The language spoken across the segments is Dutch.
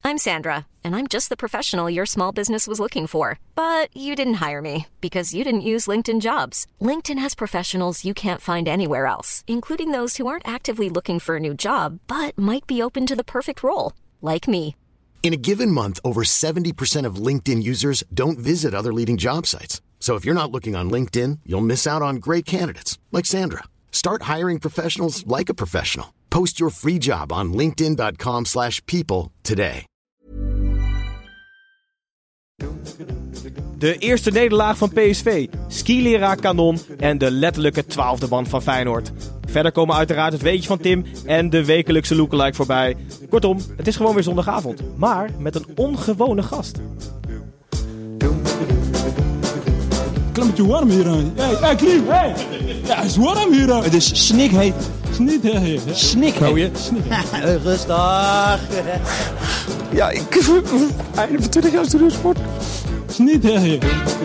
I'm Sandra, and I'm just the professional your small business was looking for. But you didn't hire me because you didn't use LinkedIn Jobs. LinkedIn has professionals you can't find anywhere else, including those who aren't actively looking for a new job, but might be open to the perfect role, like me. In a given month, over 70% of LinkedIn users don't visit other leading job sites. So if you're not looking on LinkedIn, you'll miss out on great candidates like Sandra. Start hiring professionals like a professional. Post your free job on linkedin.com/people today. De eerste nederlaag van PSV, skileraar kanon en de letterlijke 12e man van Feyenoord. Verder komen uiteraard het weetje van Tim en de wekelijkse lookalike voorbij. Kortom, het is gewoon weer zondagavond, maar met een ongewone gast. Klimmetje warm hier aan. Hey, Klim, hey! Ja, het is warm hier aan. Het is snikheet. Snikheet. Rustig. Ja, ik... Einde van 20 jaar studiosport. Snikheet.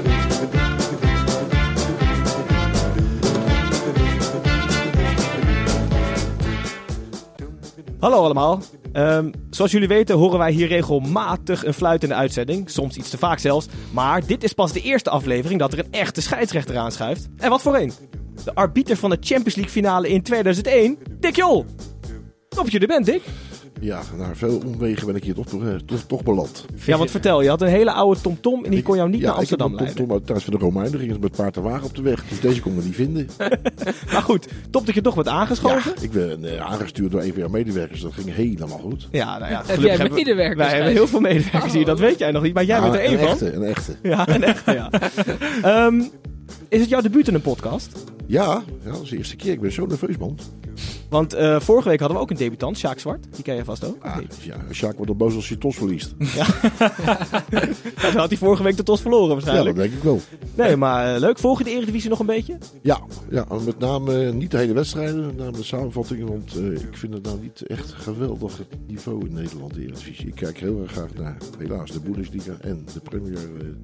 Hallo allemaal. Zoals jullie weten horen wij hier regelmatig een fluit in de uitzending. Soms iets te vaak zelfs. Maar dit is pas de eerste aflevering dat er een echte scheidsrechter aanschuift. En wat voor een? De arbiter van de Champions League finale in 2001, Dick Jol. Top dat je er bent, Dick. Ja, na veel omwegen ben ik hier toch beland. Ja, want vertel, je had een hele oude TomTom en die kon jou niet naar Amsterdam leiden. Ik heb een TomTom uit thuis van de Romeinen, daar gingen ze met paard en wagen op de weg. Dus deze konden we niet vinden. Maar goed, top dat je toch bent aangeschoven. Ja, ik ben aangestuurd door een van jouw medewerkers, dat ging helemaal goed. Ja, nou ja. Heb jij medewerkers? Wij hebben heel veel medewerkers hier, dat weet jij nog niet, maar jij bent er één van. Een echte. Ja, een echte, ja. Is het jouw debuut in een podcast? Ja, dat is de eerste keer. Ik ben zo nerveus, man. Want vorige week hadden we ook een debutant, Sjaak Zwart. Die ken je vast ook. Ja, Sjaak wordt al boos als hij TOS verliest. Ja. Dan had hij vorige week de TOS verloren waarschijnlijk. Ja, dat denk ik wel. Nee, maar leuk. Volg je de Eredivisie nog een beetje? Ja, met name niet de hele wedstrijden, met name de samenvattingen. Want ik vind het nou niet echt geweldig het niveau in Nederland, de Eredivisie. Ik kijk heel erg graag naar, helaas, de Bundesliga en de Premier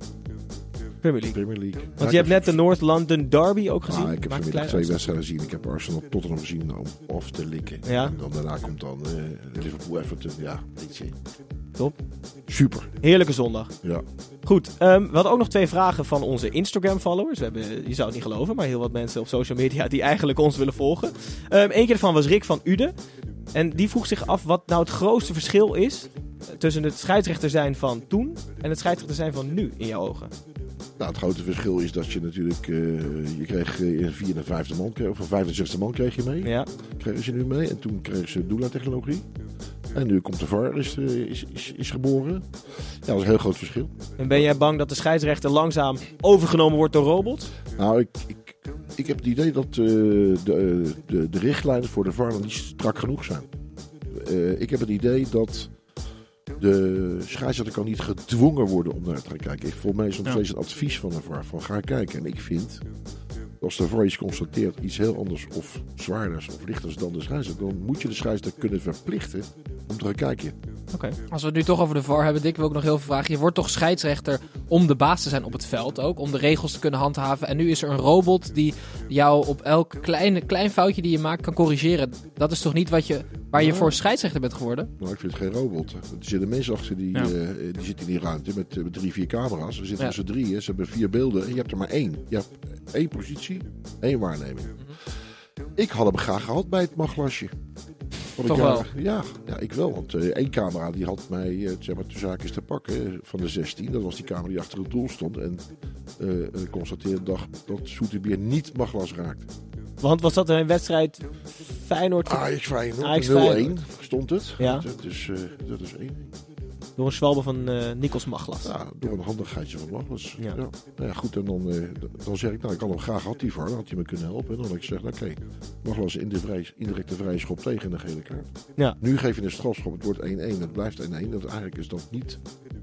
League. Want je hebt net de North London Derby ook gezien. Ik heb vanmiddag 2 wedstrijden gezien. Ik heb Arsenal Tottenham gezien om af te likken. Ja. En dan daarna komt dan Liverpool Everton. Ja, weet je. Top. Super. Heerlijke zondag. Ja. Goed, we hadden ook nog 2 vragen van onze Instagram-followers. We hebben, je zou het niet geloven, maar heel wat mensen op social media die eigenlijk ons willen volgen. Eén keer daarvan was Rick van Uden. En die vroeg zich af wat nou het grootste verschil is tussen het scheidsrechter zijn van toen en het scheidsrechter zijn van nu in jouw ogen. Nou, het grote verschil is dat je natuurlijk, je kreeg een 4e en 5e man, of een 5e en 6e man kreeg je mee. Ja. Kregen ze nu mee en toen kregen ze doula-technologie. En nu komt de VAR, is geboren. Ja, dat is een heel groot verschil. En ben jij bang dat de scheidsrechter langzaam overgenomen wordt door robots? Nou, ik heb het idee dat de richtlijnen voor de VAR nog niet strak genoeg zijn. Ik heb het idee dat de scheidsrechter kan niet gedwongen worden om naar te gaan kijken. Volgens mij is het nog steeds een advies van de VAR van ga kijken. En ik vind, als de VAR iets constateert, iets heel anders of zwaarders of lichters dan de scheidsrechter, dan moet je de scheidsrechter kunnen verplichten om te gaan kijken. Okay. Als we het nu toch over de VAR hebben, Dick, wil ik nog heel veel vragen. Je wordt toch scheidsrechter om de baas te zijn op het veld ook, om de regels te kunnen handhaven. En nu is er een robot die jou op elk klein foutje die je maakt kan corrigeren. Dat is toch niet waar je voor scheidsrechter bent geworden? Nou, ik vind het geen robot. Er zitten mensen achter die zitten in die ruimte met 3-4 camera's. Er zitten er 3, ze hebben 4 beelden en je hebt er maar 1. Je hebt 1 positie, 1 waarneming. Ik had hem graag gehad bij het maglasje. Toch wel? Ja, ik wel. Want 1 camera die had mij zeg maar, tussen haakjes te pakken van de 16. Dat was die camera die achter het doel stond. En constateerde dat Soeterbier niet maglas raakte. Want was dat een wedstrijd Feyenoord? Ajax-Feyenoord 0-1 stond het. Ja. Dat is 1. Door een zwalbe van Nikos Maglas. Ja, door een handigheidje van Maglas. Ja. Nou ja, goed, en dan zeg ik, ik had hem graag gehad die VAR. Dan had hij me kunnen helpen. En dan had ik gezegd, oké, Maglas indirecte vrije schop tegen de gele kaart. Ja. Nu geef je een strafschop, het wordt 1-1, het blijft 1-1. Eigenlijk is dat niet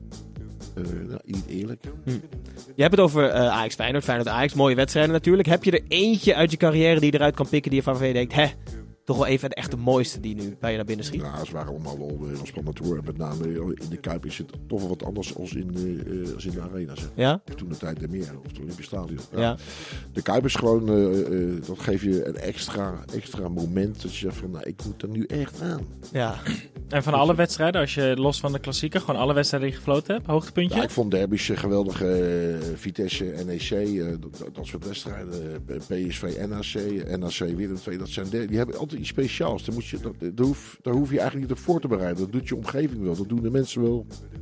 eerlijk. Je hebt het over Ajax-Feyenoord, Feyenoord-Ajax. Mooie wedstrijden natuurlijk. Heb je er eentje uit je carrière die je eruit kan pikken die je van je denkt, toch wel even echt de mooiste die nu bij je naar binnen schiet. Ja, ze waren allemaal wel spannend te horen. Met name in de Kuip is het toch wel wat anders als in de arena. Zeg. Ja? Of toen de tijd de Meer of het Olympisch Stadion. Ja. De Kuip is gewoon, dat geeft je een extra moment. Dat je zegt van, nou, ik moet er nu echt aan. Ja. En van alle wedstrijden, als je los van de klassieker, gewoon alle wedstrijden die je gefloten hebt, hoogtepuntje? Ja, ik vond derbies geweldig. Vitesse, NEC, dat soort wedstrijden. PSV, NAC Willem II. Dat zijn die hebben altijd iets speciaals. Daar hoef je eigenlijk niet op voor te bereiden. Dat doet je omgeving wel. Dat doen de mensen wel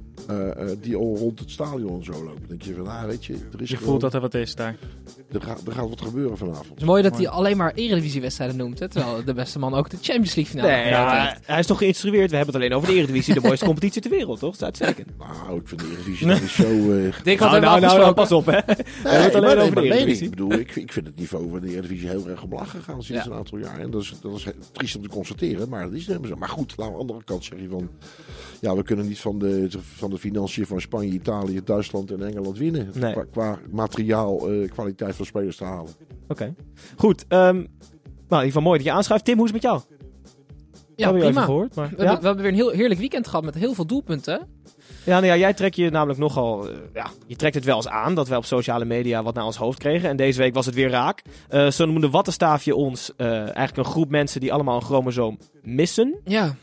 die al rond het stadion zo lopen. Dan denk je van, weet je, er is je voelt dat er wat is daar. Er gaat wat gebeuren vanavond. Het is mooi dat hij alleen maar Eredivisiewedstrijden noemt. Hè? Terwijl de beste man ook de Champions League finale Nee, heeft. hij is toch geïnstrueerd. We hebben het alleen over de Eredivisie, de mooiste competitie ter wereld, toch? Dat is uitstekend. Nou, ik vind de Eredivisie dat is zo... Dick had hem afgesproken. Pas op, hè. We hebben het alleen over de Eredivisie. Ik bedoel, ik vind het niveau van de Eredivisie heel erg omlaag gegaan sinds een aantal jaar. En dat is triest om te constateren, maar dat is helemaal zo. Maar goed, aan de andere kant zeg je van... Ja, we kunnen niet van de financiën van Spanje, Italië, Duitsland en Engeland winnen. Nee. Qua materiaal, kwaliteit van spelers te halen. Oké. Goed. Nou, in ieder geval mooi dat je aanschuift. Tim, hoe is het met jou? Ja, Hebben we prima. even gehoord, maar, We hebben weer een heel heerlijk weekend gehad met heel veel doelpunten. Ja, jij trekt je namelijk nogal... je trekt het wel eens aan dat wij op sociale media wat naar ons hoofd kregen. En deze week was het weer raak. Zo noemde Wattenstaafje ons eigenlijk een groep mensen die allemaal een chromosoom missen. Ja,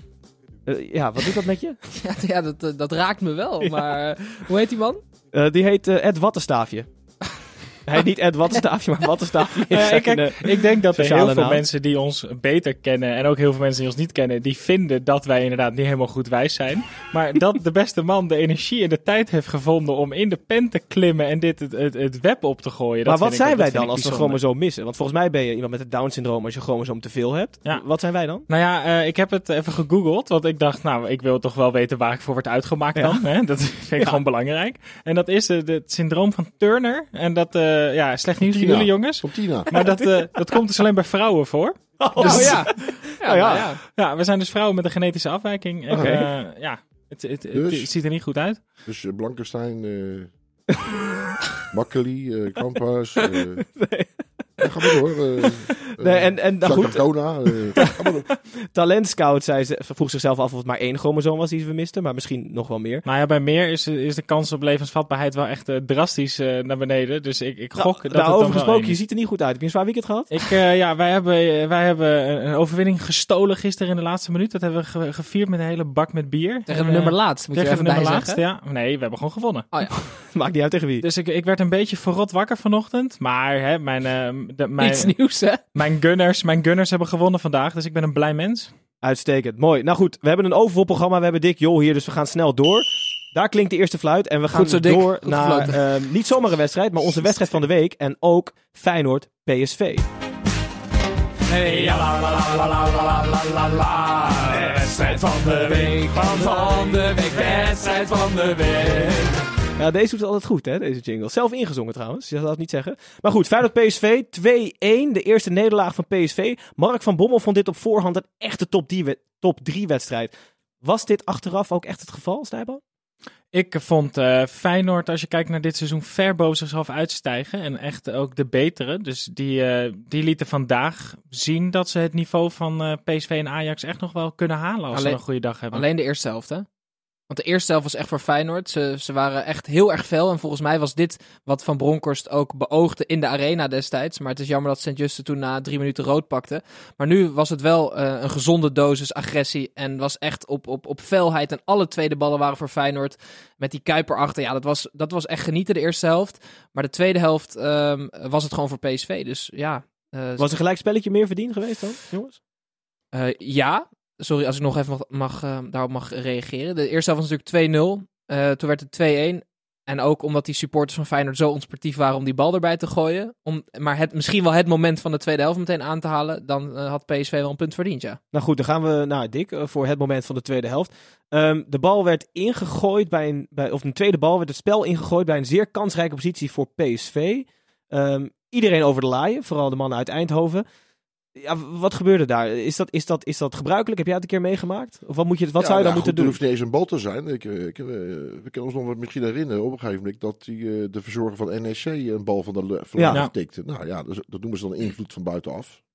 Wat doet dat met je? dat raakt me wel. Maar hoe heet die man? Die heet Ed Wattenstaafje. Hij heet niet Ed Wattenstaafje, maar Wattenstaafje is Ik denk dat er sociale heel veel naam. mensen die ons beter kennen en ook heel veel mensen die ons niet kennen, die vinden dat wij inderdaad niet helemaal goed wijs zijn. Maar dat de beste man de energie en de tijd heeft gevonden om in de pen te klimmen en dit het web op te gooien. Maar dat wat vind ik- zijn wij dat vind dan ik als we een bijzonder. chromosoom missen? Want volgens mij ben je iemand met het Down-syndroom als je chromosoom te veel hebt. Ja. Wat zijn wij dan? Nou ja, ik heb het even gegoogeld, want ik dacht, nou, ik wil toch wel weten waar ik voor word uitgemaakt Ja. dan. Hè? Dat vind ik gewoon belangrijk. En dat is het syndroom van Turner. En dat, slecht nieuws voor Tina. jullie jongens. Van Tina. Maar dat komt dus alleen bij vrouwen voor. Dus- Ja. Ja, we zijn dus vrouwen met een genetische afwijking. En het ziet er niet goed uit. Dus Blankenstein, Makkeli, Kamphuis. Ja, ga maar door. Nee, en nou goed, Zakatona, ga maar door. Talent Scout vroeg zichzelf af of het maar 1 chromosoom was die we misten, maar misschien nog wel meer. Nou ja, bij meer is de kans op levensvatbaarheid wel echt drastisch naar beneden. Dus ik gok dat het dan Daarover wel gesproken, één je is. ziet er niet goed uit. Heb je een zwaar weekend gehad? Wij hebben een overwinning gestolen gisteren in de laatste minuut. Dat hebben we gevierd met een hele bak met bier. Tegen de nummer laatst, moet je Tegen even de nummer bij laatste, zeggen. ja. Nee, we hebben gewoon gewonnen. Oh ja, Maakt niet uit tegen wie. Dus ik werd een beetje verrot wakker vanochtend. Maar hè, iets nieuws hè. mijn gunners hebben gewonnen vandaag. Dus ik ben een blij mens. Uitstekend, mooi. Nou goed, we hebben een overvol programma. We hebben Dick Jol hier, dus we gaan snel door. Daar klinkt de eerste fluit en we gaan Goed zo, Dick. door Goed naar niet zomaar een wedstrijd, maar onze wedstrijd van de week. En ook Feyenoord PSV. Hey, ja, wedstrijd van de week, wedstrijd van de week. Ja, deze doet het altijd goed, hè, deze jingle. Zelf ingezongen trouwens, je zou dat niet zeggen. Maar goed, Feyenoord PSV 2-1, de eerste nederlaag van PSV. Mark van Bommel vond dit op voorhand een echte top 3 wedstrijd. Was dit achteraf ook echt het geval, Snijboom? Ik vond Feyenoord, als je kijkt naar dit seizoen, ver boven zichzelf uitstijgen. En echt ook de betere. Dus die lieten vandaag zien dat ze het niveau van PSV en Ajax echt nog wel kunnen halen als ze een goede dag hebben. Alleen de eerste helft, hè? Want de eerste helft was echt voor Feyenoord. Ze waren echt heel erg fel. En volgens mij was dit wat Van Bronckhorst ook beoogde in de arena destijds. Maar het is jammer dat Sint-Juste toen na 3 minuten rood pakte. Maar nu was het wel een gezonde dosis agressie. En was echt op felheid. En alle tweede ballen waren voor Feyenoord. Met die Kuiper achter. Ja, dat was echt genieten de eerste helft. Maar de tweede helft was het gewoon voor PSV. Dus ja. Was een gelijk spelletje meer verdiend geweest dan, jongens? Ja. Sorry als ik nog even daarop mag reageren. De eerste helft was natuurlijk 2-0. Toen werd het 2-1. En ook omdat die supporters van Feyenoord zo onsportief waren om die bal erbij te gooien. Maar misschien wel het moment van de tweede helft meteen aan te halen. Dan had PSV wel een punt verdiend, ja. Nou goed, dan gaan we naar Dick voor het moment van de tweede helft. De bal werd ingegooid of een tweede bal werd het spel ingegooid bij een zeer kansrijke positie voor PSV. Iedereen over de laaien, vooral de mannen uit Eindhoven. Ja, wat gebeurde daar? Is dat gebruikelijk? Heb jij het een keer meegemaakt? Of wat zou je dan moeten doen? Er hoeft niet eens een bal te zijn. We kunnen ons nog misschien herinneren op een gegeven moment dat de verzorger van NEC een bal van de Ja. lijn tikte. Nou ja, dus dat noemen ze dan invloed van buitenaf. Ja.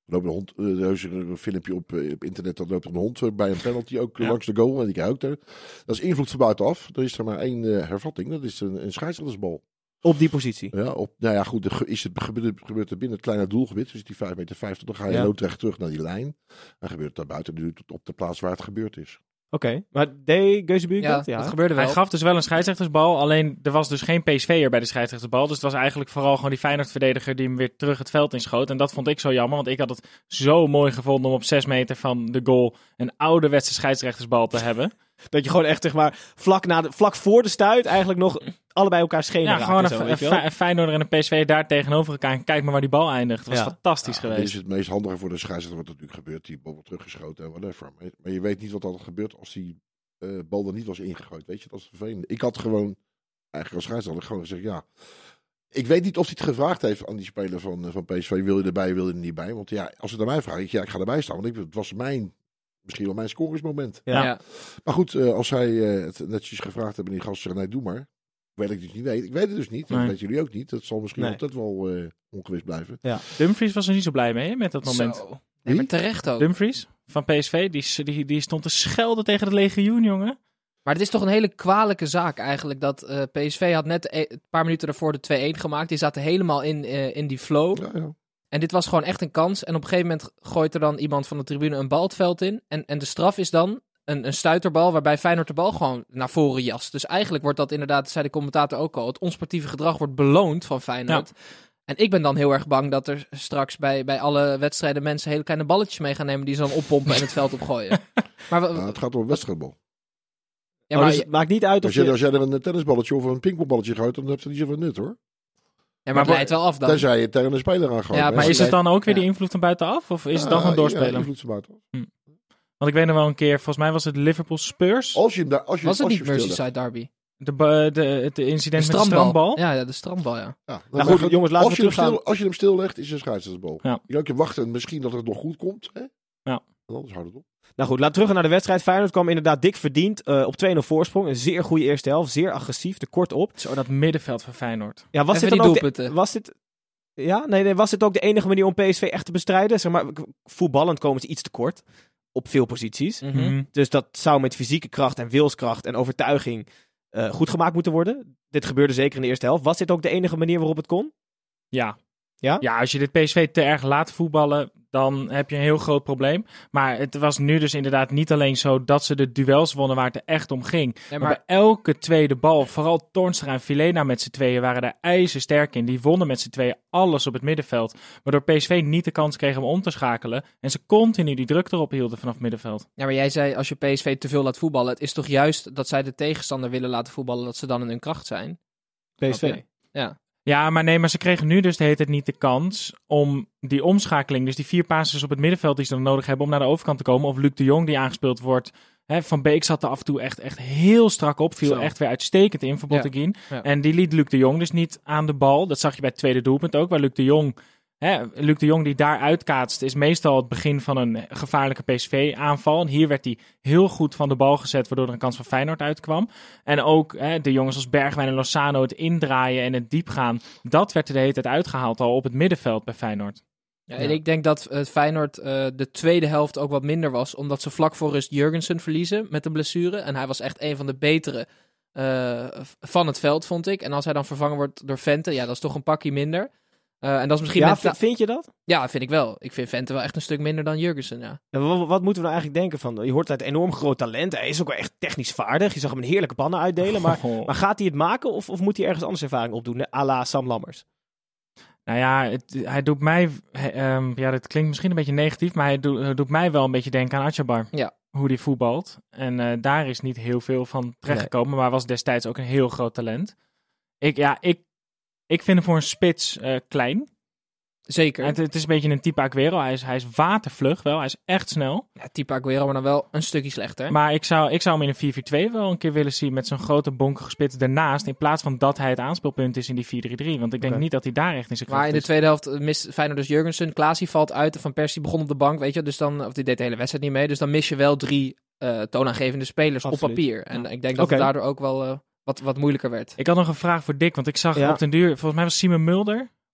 Er loopt er is een filmpje op internet, dat loopt er een hond bij een penalty ook langs de goal. En die kijkt er. Dat is invloed van buitenaf. Er is er maar 1 hervatting. Dat is een scheidsrechtersbal. Op die positie. Ja, goed, gebeurt er binnen het kleine doelgebied. Dus die 5,50 meter. Dan ga je loodrecht terug naar die lijn. Dan gebeurt het daar buiten nu op de plaats waar het gebeurd is. Oké, maar deed Geuzebuurk dat? Ja, dat gebeurde wel. Hij gaf dus wel een scheidsrechtersbal, alleen er was dus geen PSV'er bij de scheidsrechtersbal. Dus het was eigenlijk vooral gewoon die Feyenoord-verdediger die hem weer terug het veld inschoot. En dat vond ik zo jammer, want ik had het zo mooi gevonden om op 6 meter van de goal een ouderwetse scheidsrechtersbal te hebben. Dat je gewoon echt, zeg maar, vlak voor de stuit eigenlijk nog allebei elkaar schenen raakt. Ja, gewoon een Feyenoorder en een PSV daar tegenover elkaar. En kijk maar waar die bal eindigt. Dat was fantastisch geweest. Dit is het meest handige voor de scheidsrechter wat er natuurlijk gebeurt. Die bal wordt teruggeschoten en whatever. Maar je weet niet wat er gebeurt als die bal er niet was ingegooid. Weet je, dat is vervelend. Ik had gewoon, eigenlijk als scheidsrechter, gewoon gezegd, ja. Ik weet niet of hij het gevraagd heeft aan die speler van PSV. Wil je erbij, wil je er niet bij? Want ja, als het aan mij vraagt, ik ga erbij staan. Want het was misschien wel mijn scoringsmoment. Ja. Maar goed, als zij het netjes gevraagd hebben en die gasten zeggen, nee, doe maar. Weet ik dus niet. Ik weet het dus niet. Dat weten jullie ook niet. Dat zal misschien altijd wel ongewis blijven. Ja. Dumfries was er niet zo blij mee, hè, met dat moment. Zo. Nee, maar terecht ook. Dumfries van PSV, die stond te schelden tegen het legioen, jongen. Maar het is toch een hele kwalijke zaak eigenlijk. Dat PSV had net een paar minuten daarvoor de 2-1 gemaakt. Die zaten helemaal in die flow. Ja. En dit was gewoon echt een kans. En op een gegeven moment gooit er dan iemand van de tribune een bal het veld in. En de straf is dan een stuiterbal waarbij Feyenoord de bal gewoon naar voren jast. Dus eigenlijk wordt dat inderdaad, zei de commentator ook al, het onsportieve gedrag wordt beloond van Feyenoord. Ja. En ik ben dan heel erg bang dat er straks bij alle wedstrijden mensen hele kleine balletjes mee gaan nemen die ze dan oppompen en het veld opgooien. Maar het gaat om een wedstrijdbal. Ja, maar dus het maakt niet uit of als jij er een tennisballetje of een pingpongballetje gooit, dan heb je niet zoveel nut, hoor. Ja, maar blijft wel af dan. Tenzij je tegen een speler aan gooit. Ja, maar is het dan ook weer die invloed van buitenaf? Of is het dan gewoon doorspelen? Ja, invloed van buitenaf. Want ik weet nog wel een keer, volgens mij was het Liverpool Spurs. Was het niet Merseyside derby? Het incident met de strandbal? Ja, de strandbal, ja. Nou goed, jongens, laten we teruggaan. Als je hem stillegt, is het een scheidsrechtersbal. Ja. Je kan wachten misschien dat het nog goed komt. Hè? Ja. En anders houdt het op. Nou goed, laten we terug naar de wedstrijd. Feyenoord kwam inderdaad dik verdiend op 2-0 voorsprong. Een zeer goede eerste helft, zeer agressief, te kort op. Zo, dat middenveld van Feyenoord. Ja, was dit ook de enige manier om PSV echt te bestrijden? Zeg maar, voetballend komen ze iets te kort op veel posities. Mm-hmm. Dus dat zou met fysieke kracht en wilskracht en overtuiging goed gemaakt moeten worden. Dit gebeurde zeker in de eerste helft. Was dit ook de enige manier waarop het kon? Ja. Ja? Ja, als je dit PSV te erg laat voetballen, dan heb je een heel groot probleem. Maar het was nu dus inderdaad niet alleen zo dat ze de duels wonnen waar het er echt om ging. Ja, maar bij elke tweede bal, vooral Toornstra en Vilena met z'n tweeën, waren daar ijzersterk in. Die wonnen met z'n tweeën alles op het middenveld. Waardoor PSV niet de kans kreeg om om te schakelen. En ze continu die druk erop hielden vanaf het middenveld. Ja, maar jij zei, als je PSV te veel laat voetballen, het is toch juist dat zij de tegenstander willen laten voetballen, dat ze dan in hun kracht zijn? PSV. Okay. Ja. Ja, maar ze kregen nu dus de hele tijd niet de kans om die omschakeling, dus die 4 passes op het middenveld die ze dan nodig hebben om naar de overkant te komen. Of Luc de Jong die aangespeeld wordt. Van Beek zat er af en toe echt heel strak op. Viel echt weer uitstekend in voor Botteguin. Ja. En die liet Luc de Jong dus niet aan de bal. Dat zag je bij het tweede doelpunt ook, waar Luc de Jong die daar uitkaatst, is meestal het begin van een gevaarlijke PSV-aanval. En hier werd hij heel goed van de bal gezet, waardoor er een kans van Feyenoord uitkwam. En ook de jongens als Bergwijn en Lozano, het indraaien en het diepgaan, dat werd er de hele tijd uitgehaald al op het middenveld bij Feyenoord. Ja, en ik denk dat Feyenoord de tweede helft ook wat minder was, omdat ze vlak voor rust Jurgensen verliezen met een blessure. En hij was echt een van de betere van het veld, vond ik. En als hij dan vervangen wordt door Vente, ja, dat is toch een pakje minder. En dat is misschien vind je dat? Ja, vind ik wel. Ik vind Vente wel echt een stuk minder dan Jurgensen, ja. Wat moeten we nou eigenlijk denken van? Je hoort uit enorm groot talent. Hij is ook wel echt technisch vaardig. Je zag hem een heerlijke pannen uitdelen. Maar gaat hij het maken of moet hij ergens anders ervaring opdoen? À la Sam Lammers. Nou ja, hij doet mij... dat klinkt misschien een beetje negatief, maar hij doet mij wel een beetje denken aan Atjabar. Ja. Hoe die voetbalt. En daar is niet heel veel van terechtgekomen, maar was destijds ook een heel groot talent. Ik vind hem voor een spits klein. Zeker. Het is een beetje een type Aguero. Hij is watervlug wel. Hij is echt snel. Ja, type Aguero, maar dan wel een stukje slechter. Maar ik zou hem in een 4-4-2 wel een keer willen zien met zo'n grote bonkige spits daarnaast. In plaats van dat hij het aanspeelpunt is in die 4-3-3. Want ik denk niet dat hij daar echt in zijn kracht Maar in de tweede helft mist Feyenoord dus Jurgensen. Klaasie valt uit. Van Persie begon op de bank, weet je. Dus dan, of die deed de hele wedstrijd niet mee. Dus dan mis je wel 3 toonaangevende spelers op papier. En ik denk dat het daardoor ook wel wat moeilijker werd. Ik had nog een vraag voor Dick. Want ik zag op den duur, volgens mij was Simon Mulder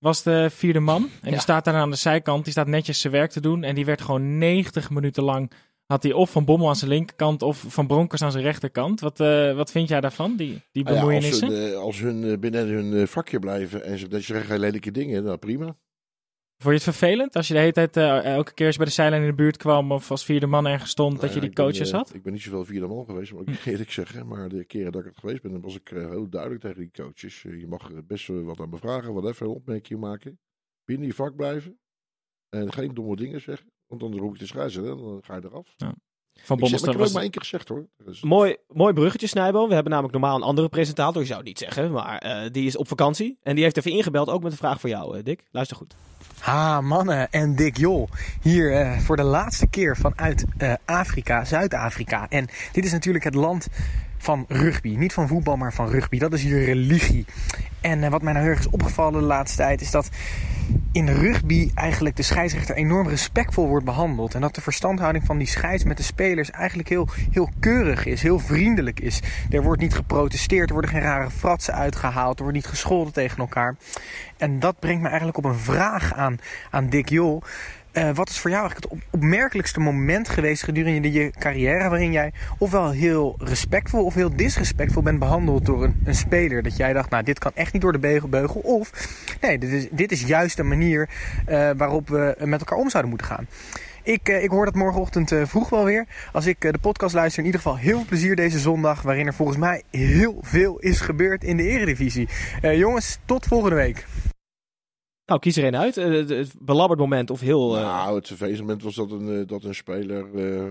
was de 4e man. En die staat daar aan de zijkant. Die staat netjes zijn werk te doen. En die werd gewoon 90 minuten lang... had hij of Van Bommel aan zijn linkerkant of Van Bronckhorst aan zijn rechterkant. Wat vind jij daarvan, die bemoeienissen? Als hun binnen hun vakje blijven en dat je geen lelijke dingen, nou prima. Vond je het vervelend als je de hele tijd elke keer als je bij de zijlijn in de buurt kwam of als 4e man ergens stond, dat je die coaches had? Ik ben niet zoveel 4e man geweest, moet ik eerlijk zeggen. Maar de keren dat ik het geweest ben, was ik heel duidelijk tegen die coaches. Je mag best wat aan me vragen, wat even een opmerking maken. Binnen je vak blijven en geen domme dingen zeggen. Want dan roep ik de scheidsrechter en dan ga je eraf. Ja. Van Bommel ik heb het ook maar 1 keer gezegd hoor. Dus... Mooi bruggetje, Snijbo. We hebben namelijk normaal een andere presentator. Je zou het niet zeggen, maar die is op vakantie. En die heeft even ingebeld, ook met een vraag voor jou, Dick. Luister goed. Ha, mannen en Dick Jol. Hier voor de laatste keer vanuit Afrika, Zuid-Afrika. En dit is natuurlijk het land van rugby. Niet van voetbal, maar van rugby. Dat is hier religie. En wat mij nou heel erg is opgevallen de laatste tijd is dat in rugby eigenlijk de scheidsrechter enorm respectvol wordt behandeld. En dat de verstandhouding van die scheids met de spelers eigenlijk heel keurig is, heel vriendelijk is. Er wordt niet geprotesteerd, er worden geen rare fratsen uitgehaald, er wordt niet gescholden tegen elkaar. En dat brengt me eigenlijk op een vraag aan Dick Jol. Wat is voor jou eigenlijk het opmerkelijkste moment geweest gedurende je carrière waarin jij ofwel heel respectvol of heel disrespectvol bent behandeld door een speler? Dat jij dacht, nou dit kan echt niet door de beugel. Of nee, dit is juist de manier waarop we met elkaar om zouden moeten gaan. Ik hoor dat morgenochtend vroeg wel weer. Als ik de podcast luister, in ieder geval heel veel plezier deze zondag. Waarin er volgens mij heel veel is gebeurd in de Eredivisie. Jongens, tot volgende week. Nou, kies er een uit. Het belabberd moment of heel... Nou, het vervelend moment was dat een speler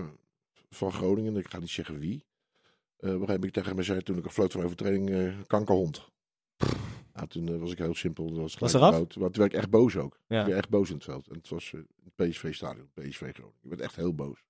van Groningen, ik ga niet zeggen wie, op een gegeven moment tegen mij zei toen ik een floot van overtreding, kankerhond. Nou, toen was ik heel simpel. Was eraf? Toen werd ik echt boos ook. Ja. Ik werd echt boos in het veld. En het was het PSV-stadion, PSV Groningen. Ik werd echt heel boos.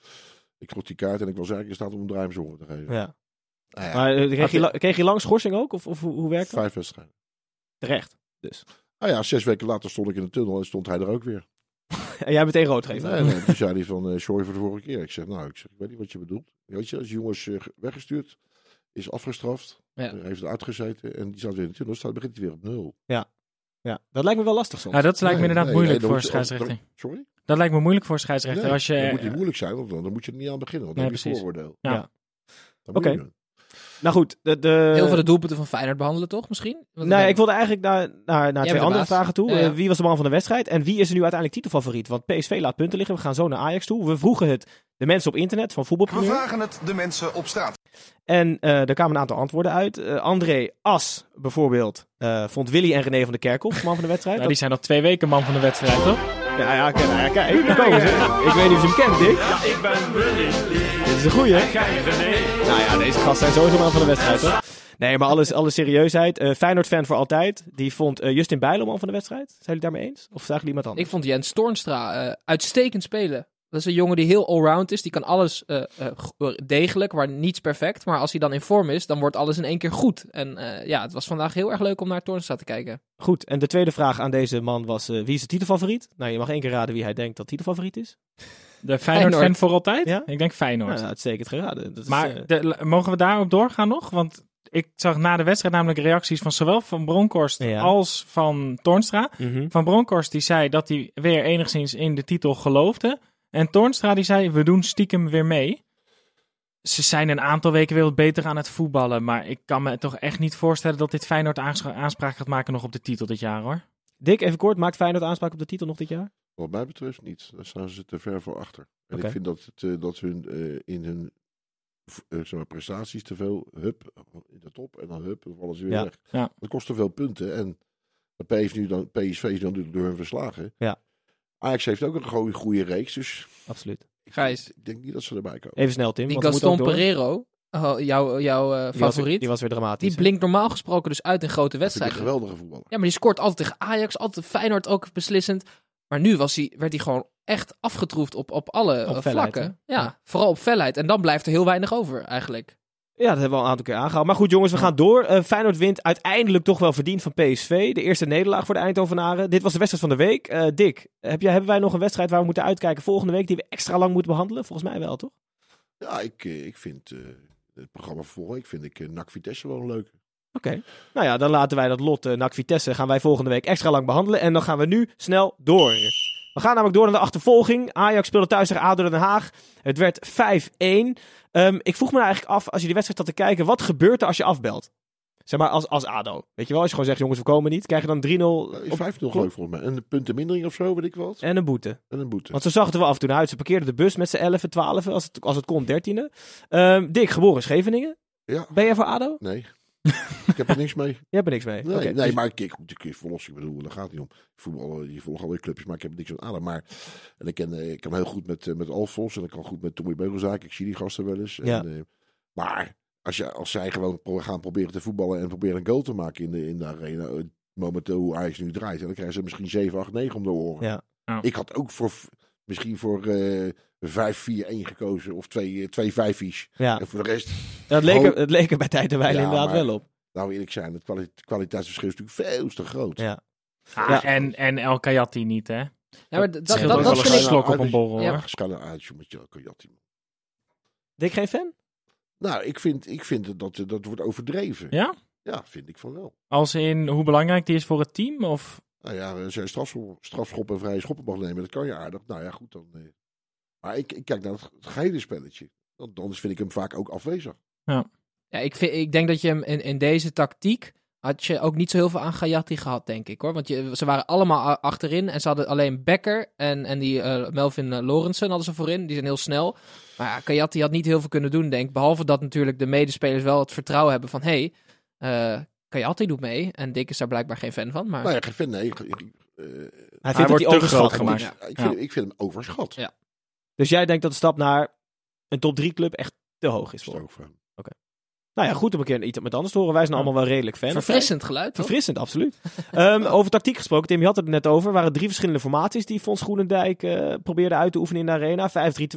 Ik trok die kaart en ik was eigenlijk in staat om een draai te geven. Ja. Nou ja. Maar kreeg je lang schorsing ook? Of hoe werkt dat? 5 wedstrijden. Terecht, dus. Nou ja, 6 weken later stond ik in de tunnel en stond hij er ook weer. En jij meteen rood geven? Nee, toen zei hij van, sorry voor de vorige keer. Ik zeg, ik weet niet wat je bedoelt. Weet je, als jongens weggestuurd, is afgestraft, heeft eruit gezeten en die staat weer in de tunnel, begint hij weer op 0. Ja, dat lijkt me wel lastig soms. Nou, dat lijkt me inderdaad moeilijk voor een scheidsrechter. Sorry? Dat lijkt me moeilijk voor een scheidsrechter. Nee, als je... dat moet niet moeilijk zijn, want dan moet je er niet aan beginnen. Want dan heb je vooroordeel. Ja. Oké. Nou goed. Heel veel de doelpunten van Feyenoord behandelen toch misschien? Nee, ik wilde eigenlijk naar 2 andere vragen toe. Ja. Wie was de man van de wedstrijd? En wie is er nu uiteindelijk titelfavoriet? Want PSV laat punten liggen. We gaan zo naar Ajax toe. We vroegen het de mensen op internet van Voetbalpremier. We vragen het de mensen op straat. En er kwamen een aantal antwoorden uit. André As bijvoorbeeld vond Willy en René van der Kerkhoff man van de wedstrijd. Nou, die zijn al 2 weken man van de wedstrijd, toch? Ja, kijk, daar komen ze. Ik weet niet of je hem kent, Dick. Ja, ik ben Willy. Dit is een goeie, hè? Jij René. Nou ja, deze gasten zijn sowieso man van de wedstrijd, toch? Nee, maar alle serieusheid. Feyenoord-fan voor altijd. Die vond Justin Bijlo man van de wedstrijd. Zijn jullie daarmee eens? Of zagen jullie iemand anders? Ik vond Jens Toornstra uitstekend spelen. Dat is een jongen die heel allround is. Die kan alles degelijk, maar niets perfect. Maar als hij dan in vorm is, dan wordt alles in één keer goed. En het was vandaag heel erg leuk om naar Toornstra te kijken. Goed, en de tweede vraag aan deze man was, wie is de titelfavoriet? Nou, je mag 1 keer raden wie hij denkt dat titelfavoriet is. De Feyenoord-fan voor altijd? Ja? Ik denk Feyenoord. Nou, uitstekend geraden. Dat maar is, mogen we daarop doorgaan nog? Want ik zag na de wedstrijd namelijk reacties van zowel Van Bronckhorst als van Toornstra. Mm-hmm. Van Bronckhorst die zei dat hij weer enigszins in de titel geloofde. En Toornstra die zei, we doen stiekem weer mee. Ze zijn een aantal weken weer wat beter aan het voetballen. Maar ik kan me toch echt niet voorstellen dat dit Feyenoord aanspraak gaat maken nog op de titel dit jaar, hoor. Dick, even kort, maakt Feyenoord aanspraak op de titel nog dit jaar? Wat mij betreft niet. Daar staan ze te ver voor achter. En Okay. ik vind dat hun in hun prestaties te veel in de top en dan dan vallen ze weer weg. Ja. Dat kost te veel punten. En PSV is dan door hun verslagen. Ja. Ajax heeft ook een goede reeks, dus Absoluut. Gijs. ik denk niet dat ze erbij komen. Even snel, Tim. Die want we moeten Gaston ook door. Pereiro, jouw favoriet, Die was weer dramatisch. die blinkt normaal gesproken dus uit in grote Dat vind ik een wedstrijden. geweldige voetballer. Ja, maar die scoort altijd tegen Ajax, altijd Feyenoord ook beslissend. Maar nu werd hij gewoon echt afgetroefd op alle Op felheid, vlakken. hè? Ja, vooral op felheid. En dan blijft er heel weinig over eigenlijk. Ja, dat hebben we al een aantal keer aangehaald. Maar goed, jongens, we gaan door. Feyenoord wint uiteindelijk toch wel verdiend van PSV. De eerste nederlaag voor de Eindhovenaren. Dit was de wedstrijd van de week. Dick, hebben wij nog een wedstrijd waar we moeten uitkijken volgende week die we extra lang moeten behandelen? Volgens mij wel, toch? Ja, ik vind het programma voor volgende week vind ik NAC Vitesse wel een leuke. Oké. Nou ja, dan laten wij dat lot NAC Vitesse gaan wij volgende week extra lang behandelen. En dan gaan we nu snel door. We gaan namelijk door naar de achtervolging. Ajax speelde thuis tegen ADO Den Haag. Het werd 5-1. Ik vroeg me nou eigenlijk af, als je die wedstrijd zat te kijken, wat gebeurt er als je afbelt? Zeg maar als ADO. Weet je wel, als je gewoon zegt, jongens, we komen niet. Krijg je dan 3-0? 5-0 geloof volgens mij. En een puntenmindering of zo, weet ik wat. En een boete. Want zo zag het er wel af en toe uit. Ze parkeerden de bus met z'n 11, 12, als het kon 13e. Dick, geboren in Scheveningen. Ja. Ben jij voor ADO? Nee. Ik heb er niks mee. Je hebt er niks mee? Nee, Okay, nee, maar ik verlos. Ik bedoel, daar gaat het niet om. Je volgt alweer clubjes, maar ik heb niks aan ADO. Maar en ik kan heel goed met Alfons en ik kan goed met Tommy Beugelzaak. Ik zie die gasten wel eens. Ja. Maar als zij gewoon gaan proberen te voetballen en proberen een goal te maken in de arena, momenteel hoe Ajax nu draait, en dan krijgen ze misschien 7, 8, 9 om de oren. Ja. Ja. Ik had ook misschien voor 5-4-1 gekozen of 2 5-ies. Ja. En voor de rest... Het leek er bij tijd en wijle inderdaad wel op. Nou, eerlijk zijn, het kwaliteitsverschil is natuurlijk veel te groot. Ja. En El Kayati niet, hè? Ja, maar dat vind ik... slok op een borrel, hoor. Schijn nou uit, met El Kayati. Dick, geen fan? Nou, ik vind dat wordt overdreven. Ja? Ja, vind ik van wel. Als in hoe belangrijk die is voor het team? Of? Nou ja, als je strafschop en vrije schoppen mag nemen, dat kan je aardig. Nou ja, goed dan. Maar ik kijk naar het gehele spelletje. Anders vind ik hem vaak ook afwezig. Ja, ik denk dat je hem in deze tactiek had je ook niet zo heel veel aan Gayati gehad, denk ik, hoor. Want ze waren allemaal achterin en ze hadden alleen Becker en die Melvin Lorensen hadden ze voorin. Die zijn heel snel. Maar ja, Gayati had niet heel veel kunnen doen, denk ik. Behalve dat natuurlijk de medespelers wel het vertrouwen hebben van... Gayati doet mee en Dick is daar blijkbaar geen fan van. Maar... Nou ja, geen fan, nee. Hij wordt te groot gemaakt. Ja. Ik vind hem overschat. Ja. Dus jij denkt dat de stap naar een top 3 club echt te hoog is voor hem? Oké. Nou ja, goed om een keer iets met anders te horen. Wij zijn allemaal wel redelijk fan. Verfrissend geluid, toch? Verfrissend, absoluut. Over tactiek gesproken, Tim, je had het net over. Er waren 3 verschillende formaties die Fons Groenendijk probeerde uit te oefenen in de arena.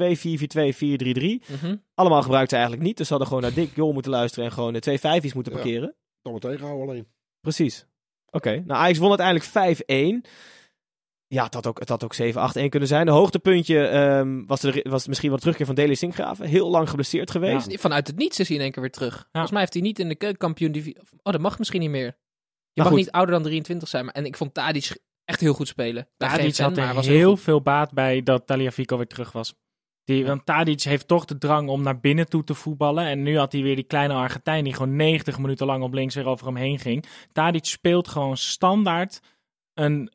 5-3-2, 4-4-2, 4-3-3. Allemaal gebruikten ze eigenlijk niet. Dus ze hadden gewoon naar Dick Jol moeten luisteren en gewoon 2 5's moeten parkeren. Dan maar tegenhouden alleen. Precies. Oké. Nou, Ajax won uiteindelijk 5-1. Ja, het had ook 7-8-1 kunnen zijn. De hoogtepuntje was misschien wel terugkeer van Deli Sinkgraven. Heel lang geblesseerd geweest. Ja. Vanuit het niets is hij in één keer weer terug. Ja. Volgens mij heeft hij niet in de keukenkampioen-divisie... Oh, dat mag misschien niet meer. Je mag niet ouder dan 23 zijn. En ik vond Tadic echt heel goed spelen. Tadic had er heel veel baat bij dat Tagliafico weer terug was. Want Tadic heeft toch de drang om naar binnen toe te voetballen. En nu had hij weer die kleine Argentijn die gewoon 90 minuten lang op links weer over hem heen ging. Tadic speelt gewoon standaard een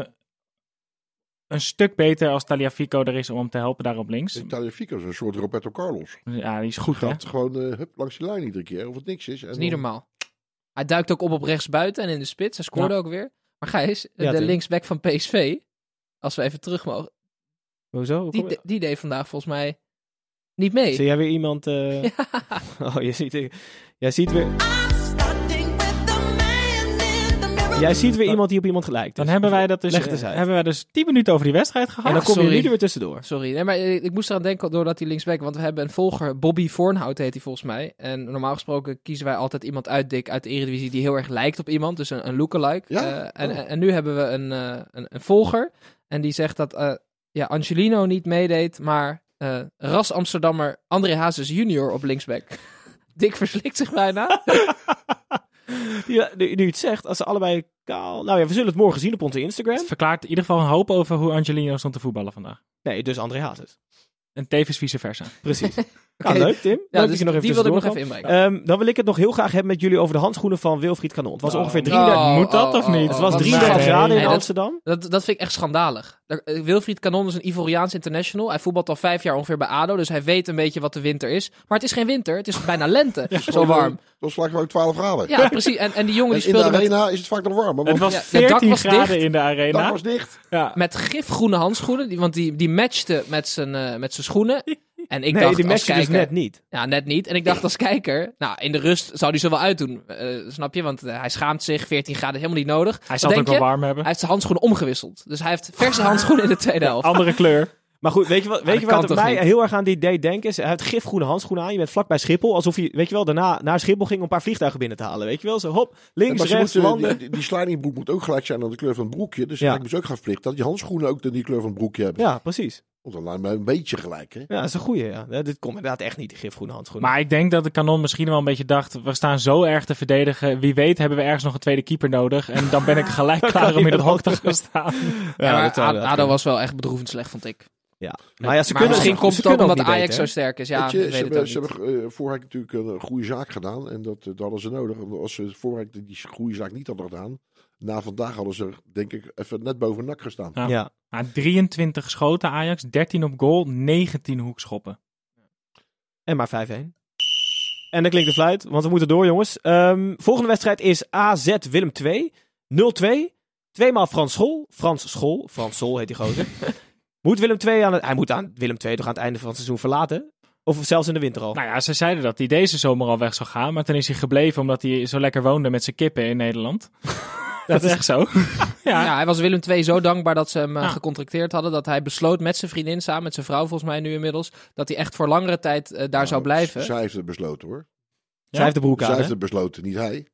stuk beter als Tagliafico er is om hem te helpen daar op links. Tagliafico is een soort Roberto Carlos. Ja, die is goed, hè? Gaat gewoon langs de lijn iedere keer, of het niks is. Dat is niet normaal. Hij duikt ook op rechtsbuiten en in de spits. Hij scoorde ook weer. Maar Gijs, de linksback van PSV, als we even terug mogen. Hoezo? Die deed vandaag volgens mij niet mee. Zie jij weer iemand... Ja. Oh, jij ziet weer... Jij ziet weer iemand die op iemand gelijkt. Dan hebben wij dus 10 minuten over die wedstrijd gehad. En dan kom je nu er weer tussendoor. Sorry, nee, maar ik moest eraan denken doordat die linksback... Want we hebben een volger, Bobby Voornhout heet hij volgens mij. En normaal gesproken kiezen wij altijd iemand uit de Eredivisie die heel erg lijkt op iemand. Dus een lookalike. Ja? En nu hebben we een volger. En die zegt dat Angelino niet meedeed, maar ras Amsterdammer André Hazes junior op linksback. Dick verslikt zich bijna. Ja, nu je het zegt, als ze allebei kaal... Nou ja, we zullen het morgen zien op onze Instagram. Het verklaart in ieder geval een hoop over hoe Angelino stond te voetballen vandaag. Nee, dus André Hazes. En tevens vice versa. Precies. Okay. Leuk, Tim. Ja, leuk dus dat je nog even die wilde ik nog even inbrengen. Dan wil ik het nog heel graag hebben met jullie over de handschoenen van Wilfried Kanon. Het was ongeveer 33... Moet dat of niet? Het was 33 graden in Amsterdam. Dat vind ik echt schandalig. Wilfried Kanon is een Ivoriaans international. Hij voetbalt al 5 jaar ongeveer bij ADO. Dus hij weet een beetje wat de winter is. Maar het is geen winter. Het is bijna lente. Zo warm. Dat was gewoon 12 graden. Ja, precies. En die jongen die speelde in de arena is het vaak nog warm. Het was 14 graden in de arena. Het dak was dicht. Ja. Met gifgroene handschoenen. Want die matchte met zijn schoenen. En ik dacht, die als matchte kijker, dus net niet. Ja, net niet. En ik dacht als kijker, in de rust zou hij zo wel uitdoen. Snap je? Want hij schaamt zich, 14 graden is helemaal niet nodig. Hij zal het ook wel warm hebben. Hij heeft zijn handschoenen omgewisseld. Dus hij heeft verse handschoenen in de tweede helft. Andere kleur. Maar goed, weet je wat mij heel erg aan die deed denken? Hij heeft gifgroene handschoenen aan. Je bent vlakbij Schiphol. Alsof je, weet je wel, daarna naar Schiphol ging om een paar vliegtuigen binnen te halen. Weet je wel? Zo hop, links, rechts, landen. Die slidingbroek moet ook gelijk zijn aan de kleur van het broekje. Dus dat lijkt me ook gaan verplicht dat die handschoenen ook die kleur van het broekje hebben. Ja, precies. Dan lijkt me een beetje gelijk, hè? Ja, dat is een goeie, ja. Dit komt inderdaad echt niet, die gifgroene handschoenen. Maar ik denk dat de Kanon misschien wel een beetje dacht, we staan zo erg te verdedigen. Wie weet hebben we ergens nog een tweede keeper nodig. En dan ben ik gelijk klaar om in het hok te gaan staan. Maar ADO was wel echt bedroevend slecht, vond ik. Ja. Maar misschien komt het ook omdat Ajax zo sterk is. Ja, ze hebben Voorhijk natuurlijk een goede zaak gedaan. En dat hadden ze nodig. Als ze Voorhijk die goede zaak niet hadden gedaan, na vandaag hadden ze, denk ik, even net boven NAC gestaan. Ja. 23 geschoten Ajax, 13 op goal, 19 hoekschoppen. En maar 5-1. En dan klinkt de fluit, want we moeten door, jongens. Volgende wedstrijd is AZ Willem 2. 0-2. Tweemaal Frans Sol heet die gozer. Moet Willem 2 hij moet aan Willem 2 toch aan het einde van het seizoen verlaten? Of zelfs in de winter al? Nou ja, ze zeiden dat hij deze zomer al weg zou gaan. Maar toen is hij gebleven omdat hij zo lekker woonde met zijn kippen in Nederland. Dat is echt zo. Ja, hij was Willem II zo dankbaar dat ze hem gecontracteerd hadden. Dat hij besloot met zijn vriendin samen, met zijn vrouw volgens mij nu inmiddels, dat hij echt voor langere tijd daar zou blijven. Zij heeft het besloten, hoor. Zij heeft de broek aan, Zij heeft het besloten, niet hij.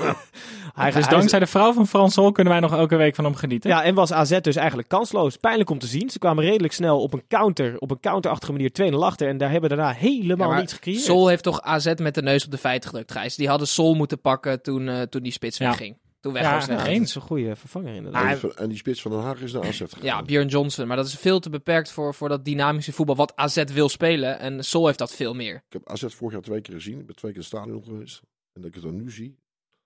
Dus dankzij de vrouw van Frans Hol kunnen wij nog elke week van hem genieten. Ja, en was AZ dus eigenlijk kansloos. Pijnlijk om te zien. Ze kwamen redelijk snel op een counterachtige manier 2-0 achter. En daar hebben daarna helemaal niets gecreëerd. Sol heeft toch AZ met de neus op de feiten gedrukt, Gijs. Die hadden Sol moeten pakken toen die spits wegging. Toen Weghorst dat is een goede vervanger inderdaad. En die spits van Den Haag is naar AZ gegaan. Ja, Björn Johnson. Maar dat is veel te beperkt voor dat dynamische voetbal wat AZ wil spelen. En Sol heeft dat veel meer. Ik heb AZ vorig jaar 2 keer gezien. Ik ben 2 keer in het stadion geweest. En dat ik het dan nu zie.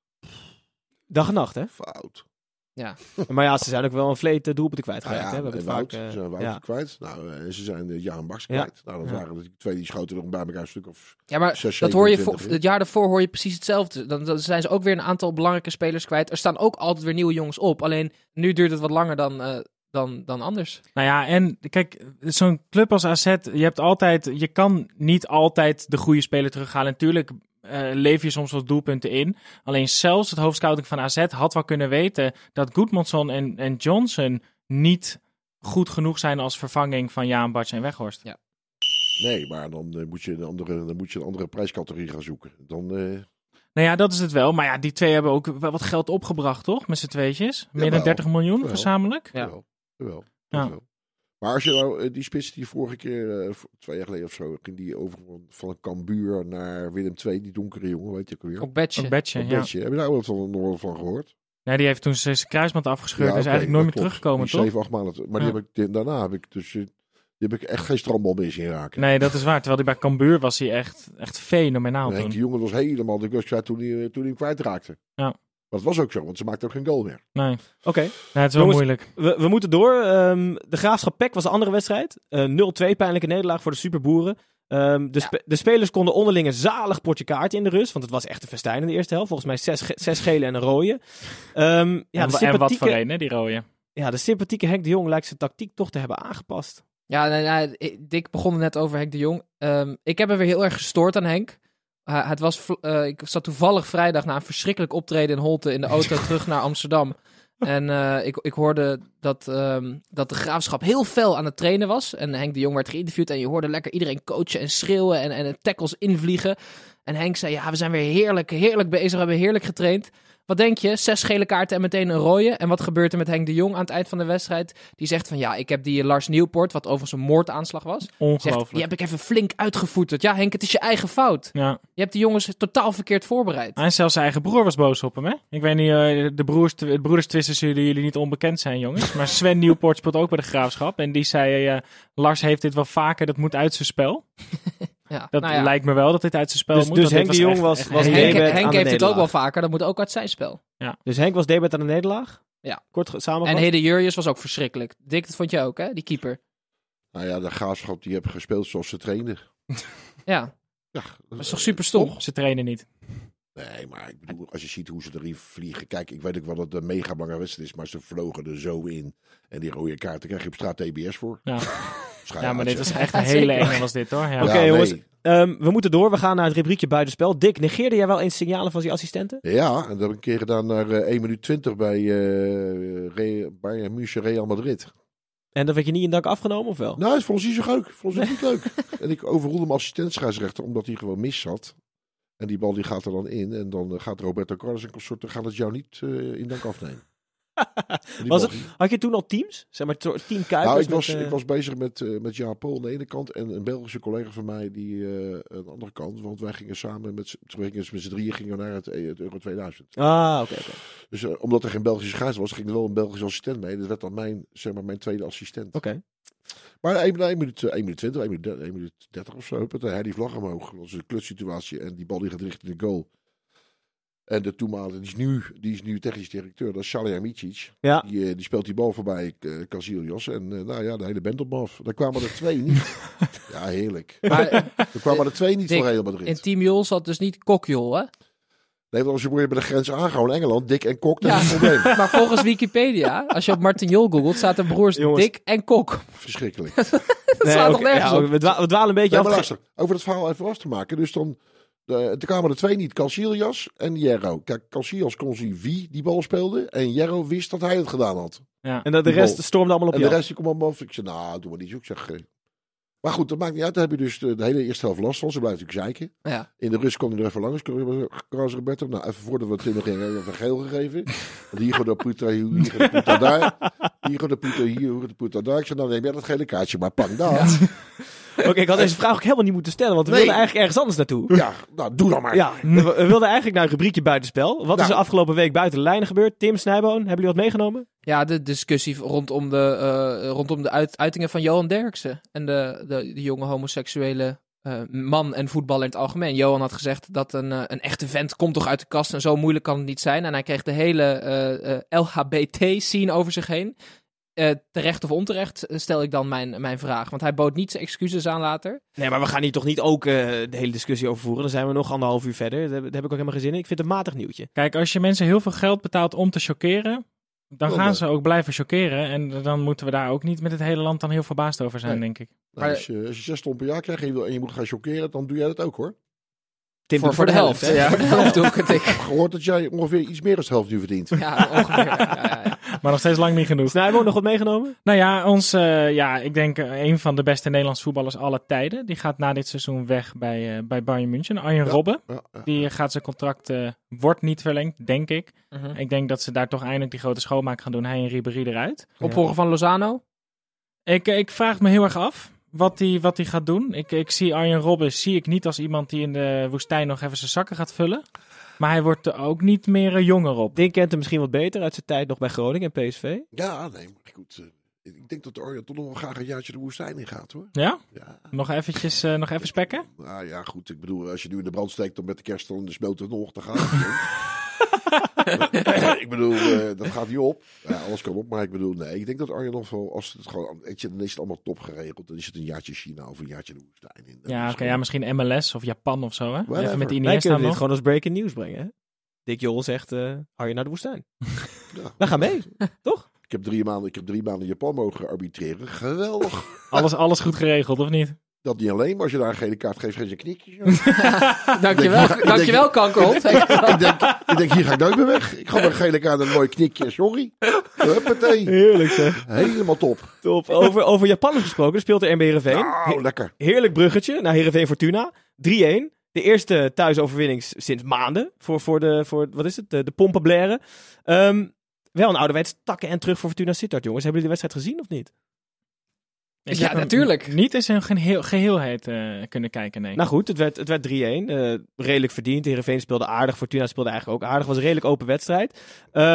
Dag en nacht, hè? Fout. Ja. Maar ja, ze zijn ook wel een vleet doelpunten kwijtgeraakt. Ja, hè? We hebben Wout, vaak, ze zijn Wout kwijt. Nou, ze zijn Jaan Baks kwijt. Nou, dat waren de 2 die schoten nog bij elkaar een stuk of 6, dat hoor je het jaar daarvoor hoor je precies hetzelfde. Dan zijn ze ook weer een aantal belangrijke spelers kwijt. Er staan ook altijd weer nieuwe jongens op. Alleen nu duurt het wat langer dan anders. Nou ja, en kijk, zo'n club als AZ, je kan niet altijd de goede speler terughalen. Natuurlijk lever je soms wat doelpunten in. Alleen zelfs het hoofdscouting van AZ had wel kunnen weten dat Goedmanson en Johnson niet goed genoeg zijn als vervanging van Jaan Bartsch en Weghorst. Ja. Nee, maar dan moet je een andere prijscategorie gaan zoeken. Nou ja, dat is het wel. Maar ja, die twee hebben ook wel wat geld opgebracht, toch? Met z'n tweetjes. Meer dan 30 miljoen gezamenlijk. Ja. Wel. Maar als je nou die spits die vorige keer, 2 jaar geleden of zo, ging die over van een Cambuur naar Willem II, die donkere jongen, weet je ook weer. Op Betje. Heb je daar nog wel van gehoord? Ja, die heeft toen zijn kruisband afgescheurd en is eigenlijk nooit meer teruggekomen, toch? 7-8 maanden. Maar daarna heb ik dus... Die heb ik echt geen strandbal meer zien raken. Nee, dat is waar. Terwijl hij bij Cambuur was hij echt fenomenaal toen. Die jongen was helemaal de gust kwijt toen hij hem kwijtraakte. Ja. Maar het was ook zo, want ze maakte ook geen goal meer. Nee. Oké. Nee, het is wel moeilijk. We moeten door. De Graafschap PEC was de andere wedstrijd. 0-2, pijnlijke nederlaag voor de Superboeren. De spelers konden onderling een zalig potje kaart in de rust. Want het was echt een festijn in de eerste helft. Volgens mij 6 gele en een rode. En wat voor een, hè, die rode. Ja, de sympathieke Henk de Jong lijkt zijn tactiek toch te hebben aangepast. Ja, Dick begon er net over Henk de Jong. Ik heb me weer heel erg gestoord aan Henk. Ik zat toevallig vrijdag na een verschrikkelijk optreden in Holte in de auto terug naar Amsterdam. En ik hoorde dat de Graafschap heel fel aan het trainen was. En Henk de Jong werd geïnterviewd en je hoorde lekker iedereen coachen en schreeuwen en tackles invliegen. En Henk zei, ja, we zijn weer heerlijk bezig, we hebben heerlijk getraind. Wat denk je? 6 gele kaarten en meteen een rode. En wat gebeurt er met Henk de Jong aan het eind van de wedstrijd? Die zegt van, ja, ik heb die Lars Nieuwpoort, wat overigens een moordaanslag was. Ongelooflijk. Zegt, die heb ik even flink uitgevoeterd. Ja, Henk, het is je eigen fout. Ja. Je hebt die jongens totaal verkeerd voorbereid. En zelfs zijn eigen broer was boos op hem, hè? Ik weet niet, de broederstwisten zullen jullie niet onbekend zijn, jongens. Maar Sven Nieuwpoort speelt ook bij de Graafschap. En die zei, Lars heeft dit wel vaker, dat moet uit zijn spel. Ja, dat lijkt me wel dat dit uit zijn spel moet. Dus Henk de Jong was Henk heeft het ook wel vaker, dat moet ook uit zijn spel. Ja. Dus Henk was debet aan de nederlaag? Ja. Kort samengevat. En Hede Jurjes was ook verschrikkelijk. Dick, dat vond je ook, hè? Die keeper. Nou ja, de Graafschap die hebben gespeeld zoals ze trainden. Ja. Dat is toch super stom? Ze trainen niet. Nee, maar ik bedoel, als je ziet hoe ze erin vliegen. Kijk, ik weet ook wel dat het een mega belangrijke wedstrijd is, maar ze vlogen er zo in. En die rode kaart, daar krijg je op straat TBS voor. Ja, maar dit was echt een hele enge was dit, hoor. Ja. Oké, jongens. We moeten door. We gaan naar het rubriekje buitenspel. Dick, negeerde jij wel eens signalen van die assistenten? Ja, en dat heb ik een keer gedaan naar 1 minuut 20 bij Bayern München Real Madrid. En dat werd je niet in dank afgenomen, of wel? Nou, het vond ze niet zo leuk. Vond ze niet leuk. En ik overroelde mijn assistent-scheidsrechter, omdat hij gewoon mis zat. En die bal die gaat er dan in. En dan gaat Roberto Carlos en consorten gaan het jou niet in dank afnemen. Had je toen al teams? Zeg maar team Kuipers? Ik was bezig met Jaap Pol aan de ene kant en een Belgische collega van mij die aan de andere kant. Want wij gingen samen met z'n drieën naar het Euro 2000. Oké. Dus omdat er geen Belgische scheids was, ging er wel een Belgische assistent mee. Dat werd dan mijn tweede assistent. Oké. Maar 1 minuut 20, 1 minuut 30 of zo. Hij die vlag omhoog. Dat was een klutsituatie en die bal die gaat richting de goal. En de toenmalige, die is nu technisch directeur, dat is Salihamidzic. Ja. Die speelt die bal voorbij Casillas. En de hele band op af. Daar kwamen er 2 niet. Ja, heerlijk. Maar, er kwamen er 2 niet Dick, voor Real Madrid. In Team Jol zat dus niet Kokjol, hè? Nee, want als je bij de grens aangehouden in Engeland, Dick en Kok, dat is een probleem. Maar volgens Wikipedia, als je op Martin Jol googelt, staat er broers Dick en Kok. Verschrikkelijk. Dat slaat nog nergens op. We dwalen een beetje af. Luister, over het verhaal even af te maken. Dus dan... Er kwamen er 2 niet, Casillas en Hierro. Kijk, Casillas kon zien wie die bal speelde. En Hierro wist dat hij het gedaan had. Ja. En dat de rest stormde allemaal op en je. En de rest die kwam allemaal af. Ik zei, doe maar niet zo. Ik zeg, maar goed, dat maakt niet uit. Daar heb je dus de hele eerste helft last van. Ze blijven natuurlijk zeiken. Ja. In de rust kon hij er even langs. Carlos Roberto. Nou, even voordat we Tim gingen, even geel gegeven. Want hier gaat de Puta, hier gaat de Puta daar. Hier gaat de Puta, hier gaat de Puta daar. Ik zei, nou neem jij dat gele kaartje, maar pak dat. Ja. Oké, ik had deze vraag ook helemaal niet moeten stellen, want we wilden eigenlijk ergens anders naartoe. Ja, nou, doe dan maar. Ja, we wilden eigenlijk naar een rubriekje buitenspel. Wat is er afgelopen week buiten de lijnen gebeurd? Tim Snijboon, hebben jullie wat meegenomen? Ja, de discussie rondom de uitingen van Johan Derksen. En de jonge homoseksuele man en voetballer in het algemeen. Johan had gezegd dat een echte vent komt toch uit de kast en zo moeilijk kan het niet zijn. En hij kreeg de hele LHBT-scene over zich heen. Terecht of onterecht stel ik dan mijn vraag. Want hij bood niet zijn excuses aan later. Nee, maar we gaan hier toch niet ook de hele discussie over voeren. Dan zijn we nog 1,5 uur verder. Daar heb ik ook helemaal geen zin in. Ik vind het een matig nieuwtje. Kijk, als je mensen heel veel geld betaalt om te chockeren, dan gaan ze ook blijven chockeren. En dan moeten we daar ook niet met het hele land dan heel verbaasd over zijn, denk ik. Nou, als je 6 ton per jaar krijgt en je moet gaan chockeren, dan doe jij dat ook, hoor. Tim, voor de helft. Ja. Voor de helft doe ik het. Ik heb gehoord dat jij ongeveer iets meer dan de helft nu verdient. Ja, ongeveer. Ja. Maar nog steeds lang niet genoeg. Snijboon, nog wat meegenomen? Nou ja, ik denk een van de beste Nederlandse voetballers aller tijden. Die gaat na dit seizoen weg bij Bayern München. Arjen Robben. Ja. Die gaat zijn contract, wordt niet verlengd, denk ik. Uh-huh. Ik denk dat ze daar toch eindelijk die grote schoonmaak gaan doen. Hij en Ribéry eruit. Opvolger van Lozano? Ik vraag me heel erg af wat hij gaat doen. Ik zie Arjen Robben niet als iemand die in de woestijn nog even zijn zakken gaat vullen. Maar hij wordt er ook niet meer jonger op. Dink kent hem misschien wat beter uit zijn tijd nog bij Groningen en PSV. Ja, nee, maar goed. Ik denk dat Arjen toch nog wel graag een jaartje de woestijn in gaat, hoor. Ja? Ja. Nog even spekken? Nou ja, goed. Ik bedoel, als je nu in de brand steekt, dan met de kerst dan smelt het nog. Dan gaat het ik bedoel, dat gaat niet op. Ja, alles kan op, maar ik bedoel, nee. Ik denk dat Arjen nog wel, als het gewoon, dan is het allemaal top geregeld. Dan is het een jaartje China of een jaartje de woestijn in. Ja, oké, misschien MLS of Japan of zo, hè? Whatever. Even met Wij Iniesta kunnen dit nog. gewoon als breaking news brengen, hè? Dick Jol zegt, Arjen naar de woestijn. Ja. We gaan mee, toch? Ik heb 3 maanden in Japan mogen arbitreren. Geweldig. Alles goed geregeld, of niet? Dat niet alleen, maar als je daar een gele kaart geeft, geef je een knikje. Dankjewel, kankerhond. Ik denk, hier ga ik nooit meer weg. Ik ga met een gele kaart een mooi knikje, sorry. Huppatee. Heerlijk zeg. Helemaal top. Top. Over Japanners gesproken, speelt de RB Heerenveen. Nou, lekker. Heerlijk bruggetje naar Heerenveen Fortuna. 3-1. De eerste thuisoverwinning sinds maanden voor de pompenblaren. Wel een ouderwets takken en terug voor Fortuna Sittard, jongens. Hebben jullie de wedstrijd gezien of niet? Ja, natuurlijk. Niet eens een geheelheid kunnen kijken, nee. Nou goed, het werd 3-1. Redelijk verdiend. Heerenveen speelde aardig. Fortuna speelde eigenlijk ook aardig. Het was een redelijk open wedstrijd.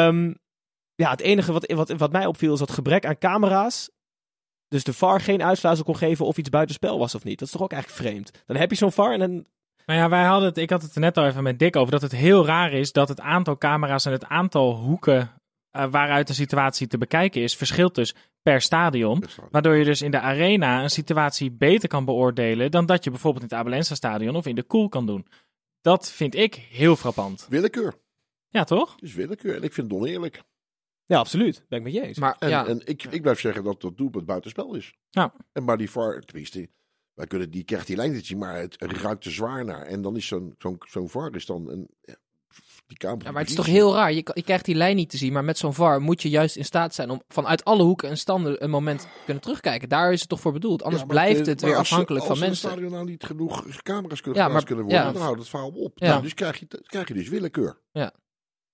Het enige wat mij opviel is dat gebrek aan camera's. Dus de VAR geen uitslagen kon geven of iets buitenspel was of niet. Dat is toch ook eigenlijk vreemd. Dan heb je zo'n VAR en dan... Nou ja, ik had het er net al even met Dick over, dat het heel raar is dat het aantal camera's en het aantal hoeken waaruit een situatie te bekijken is, verschilt dus per stadion. Waardoor je dus in de arena een situatie beter kan beoordelen dan dat je bijvoorbeeld in het Abelensa stadion of in de Koel kan doen. Dat vind ik heel frappant. Willekeur. Ja, toch? Het is willekeur en ik vind het oneerlijk. Ja, absoluut. Ben ik met je eens. Maar, en ik blijf zeggen dat dat doelpunt buitenspel is. Ja. Maar die VAR, tenminste, die krijgt die lijn niet zien, maar het ruikt te zwaar naar. En dan is zo'n VAR is dan een... Die camera maar het is toch heel raar. Je krijgt die lijn niet te zien, maar met zo'n VAR moet je juist in staat zijn om vanuit alle hoeken en standen een moment te kunnen terugkijken. Daar is het toch voor bedoeld. Anders blijft het weer afhankelijk van mensen. Als in het stadion nou niet genoeg camera's kunnen worden, dan houdt het verhaal op. Ja. Nou, dus krijg je dus willekeur. Ja.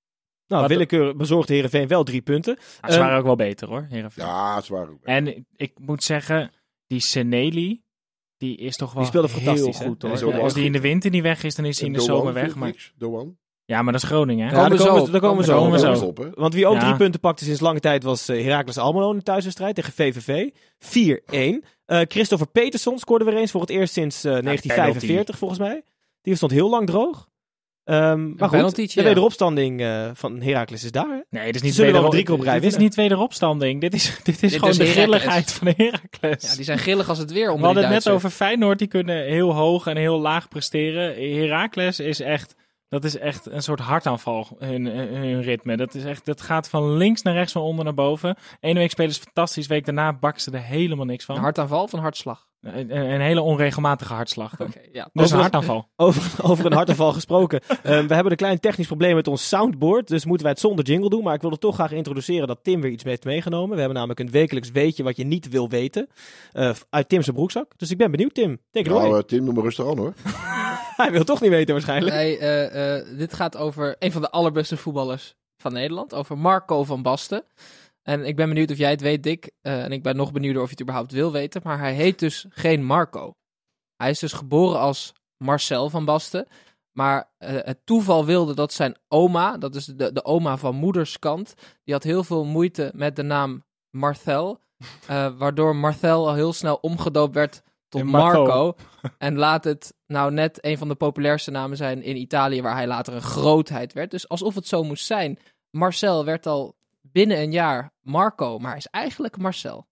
Nou, willekeur bezorgde Heerenveen wel 3 punten. Maar ze waren ook wel beter hoor, Heerenveen. Ja, ze waren ook beter. En ik moet zeggen, die Seneli, die is toch wel Die speelde heel fantastisch, goed hè? hoor. Ja, Als die in de winter niet weg is, dan is hij in de zomer weg. Maar... Doan. Ja, maar dat is Groningen, hè? Ja, daar komen we zo zo. op. Want wie ook 3 punten pakte sinds lange tijd was Heracles Almelo in de thuiswedstrijd tegen VVV. 4-1. Christopher Peterson scoorde weer eens voor het eerst sinds 1945 volgens mij. Die stond heel lang droog. Maar goed, de wederopstanding van Heracles is daar. Hè? Nee, dit is niet zullen wel 3 keer op rij Dit is niet wederopstanding. Dit is gewoon de grilligheid van Heracles. Ja, die zijn grillig als het weer onder We hadden die het net Duitsers. over Feyenoord. Die kunnen heel hoog en heel laag presteren. Heracles is echt... Dat is echt een soort hartaanval, hun ritme. Dat gaat van links naar rechts, van onder naar boven. Ene week spelen ze fantastisch, week daarna bakken ze er helemaal niks van. Een hartaanval of een hartslag? Een hele onregelmatige hartslag. Okay, ja. Dus een hartaanval. Over een hartaanval gesproken. We hebben een klein technisch probleem met ons soundboard. Dus moeten wij het zonder jingle doen. Maar ik wilde toch graag introduceren dat Tim weer iets heeft meegenomen. We hebben namelijk een wekelijks weetje wat je niet wil weten. Uit Tim's broekzak. Dus ik ben benieuwd, Tim. Take it away. Tim, noem maar rustig aan hoor. Hij wil toch niet weten waarschijnlijk. Nee, dit gaat over een van de allerbeste voetballers van Nederland. Over Marco van Basten. En ik ben benieuwd of jij het weet, Dick. En ik ben nog benieuwder of je het überhaupt wil weten. Maar hij heet dus geen Marco. Hij is dus geboren als Marcel van Basten. Maar het toeval wilde dat zijn oma, dat is de oma van moeders kant, die had heel veel moeite met de naam Marcel. Waardoor Marcel al heel snel omgedoopt werd tot Marco. En laat het nou net een van de populairste namen zijn in Italië, waar hij later een grootheid werd. Dus alsof het zo moest zijn. Marcel werd al binnen een jaar Marco, maar hij is eigenlijk Marcel.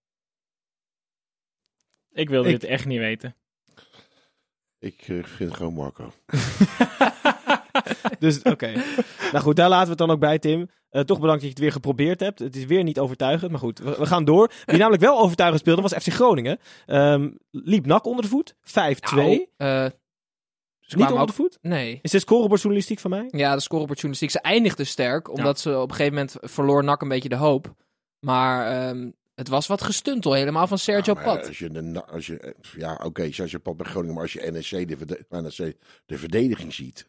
Ik wilde dit echt niet weten. Ik vind het gewoon Marco. Dus oké. Nou goed, daar laten we het dan ook bij, Tim. Toch bedankt dat je het weer geprobeerd hebt. Het is weer niet overtuigend, maar goed, we gaan door. Wie namelijk wel overtuigend speelde was FC Groningen. Liep NAC onder de voet. 5-2. Niet onder de voet? Nee. Is dit scorebordjournalistiek van mij? Ja, de scorebordjournalistiek. Ze eindigde sterk, omdat ze op een gegeven moment verloor NAC een beetje de hoop. Maar het was wat gestuntel, helemaal van Sergio Pat. Sergio Pat bij Groningen, maar als je NEC de verdediging ziet.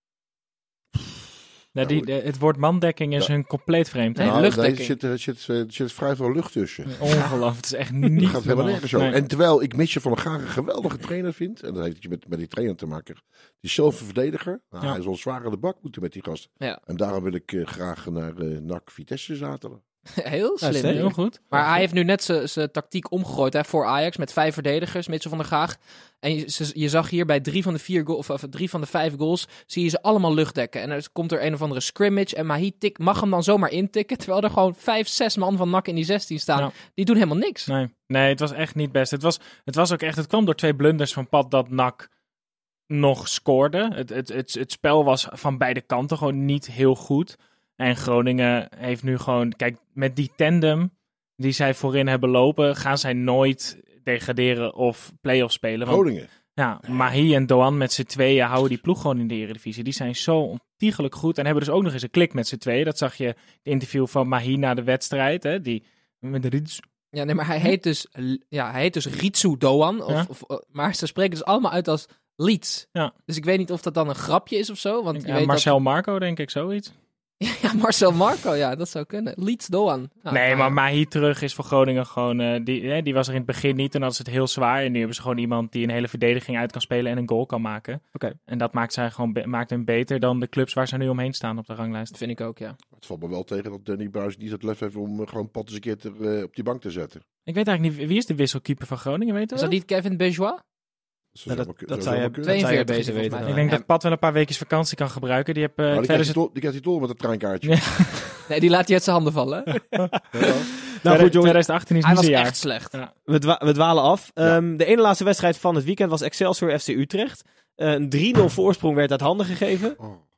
Het woord mandekking is hun compleet vreemd. Nee, luchtdekking. Er zit vrij veel lucht tussen. Ongelooflijk, het is echt niet. Dat gaat helemaal nergens zo. Nee. En terwijl ik Mitchell van der Gaag een geweldige trainer vind, en dat heeft met die trainer te maken. Die is zelf een verdediger. Nou, hij zal zwaar aan de bak moeten met die gast. Ja. En daarom wil ik graag naar NAC Vitesse zaterdag. Heel slim. Ja, heel goed. Maar hij heeft nu net zijn tactiek omgegooid voor Ajax met 5 verdedigers, Mitchell van der Gaag. En je zag hier bij 3 van de 5 goals, zie je ze allemaal luchtdekken. En er komt er een of andere scrimmage en Mahi mag hem dan zomaar intikken, terwijl er gewoon 5-6 man van NAC in die 16 staan. Ja. Die doen helemaal niks. Nee, het was echt niet best. Het was ook echt, het kwam door 2 blunders van Pat dat NAC nog scoorde. Het spel was van beide kanten gewoon niet heel goed. En Groningen heeft nu gewoon... Kijk, met die tandem die zij voorin hebben lopen, gaan zij nooit degraderen of play-off spelen. Groningen? Ja, Mahi en Doan met z'n tweeën houden die ploeg gewoon in de Eredivisie. Die zijn zo ontiegelijk goed en hebben dus ook nog eens een klik met z'n tweeën. Dat zag je in het interview van Mahi na de wedstrijd. Hè, die met de Ritsu. Ja, nee, maar hij heet dus Ritsu Doan. Maar ze spreken dus allemaal uit als Leeds. Ja. Dus ik weet niet of dat dan een grapje is of zo. Want je weet Marcel Marco, denk ik, zoiets. Ja, Marcel Marco, ja, dat zou kunnen. Leeds Doan. Nee, maar Mahi terug is voor Groningen gewoon... Die was er in het begin niet, toen hadden ze het heel zwaar. En nu hebben ze gewoon iemand die een hele verdediging uit kan spelen en een goal kan maken. Okay. En dat maakt hem beter dan de clubs waar ze nu omheen staan op de ranglijst. Dat vind ik ook, ja. Het valt me wel tegen dat Danny Buis niet het lef heeft om gewoon Pat eens een keer op die bank te zetten. Ik weet eigenlijk niet, wie is de wisselkeeper van Groningen, weet je wel? Is dat niet Kevin Bejois? Dat zou je 42 beter weten. Ik denk dat Pat wel een paar wekjes vakantie kan gebruiken. Die krijgt hij door met het treinkaartje. Nee, die laat hij uit zijn handen vallen. Nou goed, jongens. 2018 is hij niet was jaar. echt slecht. Ja. We dwalen af. Ja. De ene laatste wedstrijd van het weekend was Excelsior FC Utrecht. Een 3-0 voorsprong werd uit handen gegeven.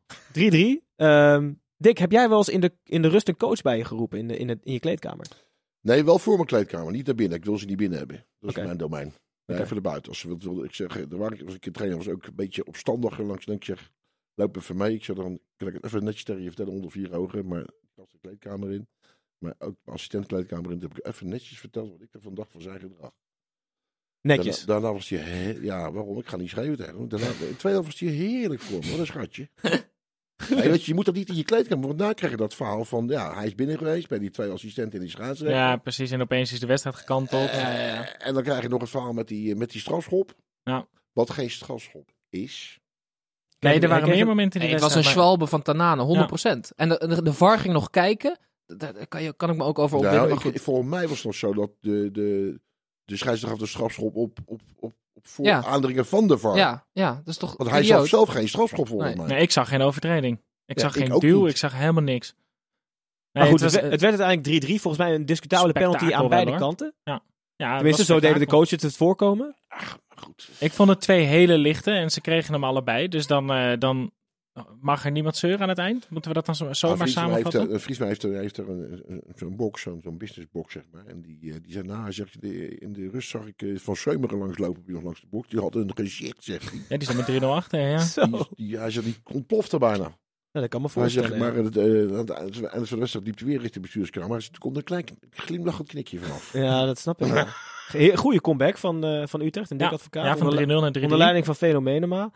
3-3. Dick, heb jij wel eens in de rust een coach bij je geroepen in je kleedkamer? Nee, wel voor mijn kleedkamer. Niet naar binnen. Ik wil ze niet binnen hebben. Dat is mijn domein. Nee, Okay. even erbuiten. Als ze wilde ik zeg, was ik een trainer, was ook een beetje opstandig. Langs denk ik zeg, loop even mee. Ik zeg dan, kan ik het even netjes tegen je vertellen onder 4 ogen. Maar ik was de kleedkamer in. Maar ook assistent kleedkamer in. Toen heb ik even netjes verteld wat ik ervan dacht van zijn gedrag. Netjes. Daarna was hij, ja, waarom? Ik ga niet schrijven tegen hem. Daarna, in 2 was hij heerlijk voor me. Wat een schatje. Nee, weet je moet dat niet in je kleedkamer. Want daar krijg je dat verhaal van... Ja, hij is binnen geweest bij die 2 assistenten en die scheidsrechter. Ja, precies. En opeens is de wedstrijd gekanteld. En dan krijg je nog het verhaal met die strafschop. Ja. Wat geen strafschop is. Nee, er waren meer momenten in die Het was wedstrijd. een schwalbe van Tanane, 100%. En de VAR ging nog kijken. Daar kan ik me ook over opwinden. Maar goed. Volgens mij was het nog zo dat de scheidsrechter gaf de strafschop op aandringen van de VAR. Ja, dat is toch Want hij idioot? zag zelf geen strafschop volgens mij. Nee, ik zag geen overtreding. Ik zag geen ook duw, niet. ik zag helemaal niks. Maar goed, het het werd uiteindelijk 3-3. Volgens mij een discutabele penalty aan Spektakel beide wel, hoor. kanten. Ja, Tenminste, zo deden de coaches het voorkomen. Goed. Ik vond het 2 hele lichte en ze kregen hem allebei. Dus dan mag er niemand zeuren aan het eind. Moeten we dat dan zomaar samenvatten? Friesman heeft er zo'n box, zo'n businessbox, zeg maar. En die zei, nou, hij zegt, in de rust zag ik Van Seumeren langslopen nog langs de box. Die had een gezicht, zegt hij. Ja, die stond met 3-0 achter, ja. Hij zegt, die ontplofte bijna. Ja, dat kan me Hij zegt, voorstellen. maar aan het eind van de wedstrijd liep hij weer richting de bestuurskamer. Maar er komt een klein glimlachend knikje vanaf. Ja, dat snap ik wel. Goede comeback van Utrecht. Een dik advocaat. Ja, van 3-0 naar 3-3. Onder leiding van Veno Menema.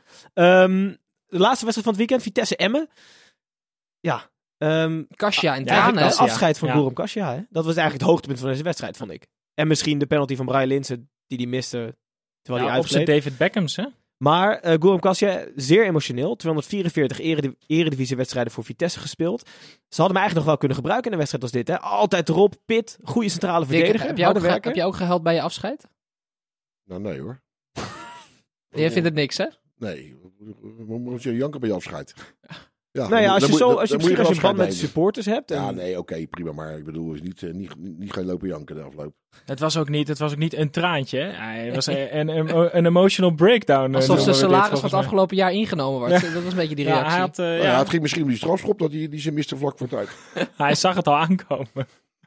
De laatste wedstrijd van het weekend, Vitesse-Emmen. Ja. Kasia en Ja, tranen. het afscheid van Ja. Goerum Kasia. Hè? Dat was eigenlijk het hoogtepunt van deze wedstrijd, vond ik. En misschien de penalty van Brian Linssen, die miste terwijl hij Op zijn uitgleed. David Beckhams, hè? Maar Goerum Kasia, zeer emotioneel. 244 eredivisiewedstrijden voor Vitesse gespeeld. Ze hadden hem eigenlijk nog wel kunnen gebruiken in een wedstrijd als dit. Hè? Altijd erop, pit, goede centrale Dick, verdediger, heb je ook gehuild bij je afscheid? Nou, nee hoor. Jij vindt het niks, hè? Nee. Moet je janken bij je afscheid? Ja, Nou ja, als je dan moet een geen band met afscheid de nemen. supporters hebt. Ja, nee, oké, prima. Maar ik bedoel, is niet gaan lopen janken de afloop. Het was ook niet een traantje. Hè? Hij was een emotional breakdown. Alsof noemen zijn we dit, salaris van volgens het mij. afgelopen jaar ingenomen wordt. Dat was een beetje die Ja, reactie. hij had, Nou ja, het ging misschien om die strafschop dat die ze miste vlak voor het uit. Hij zag het al aankomen.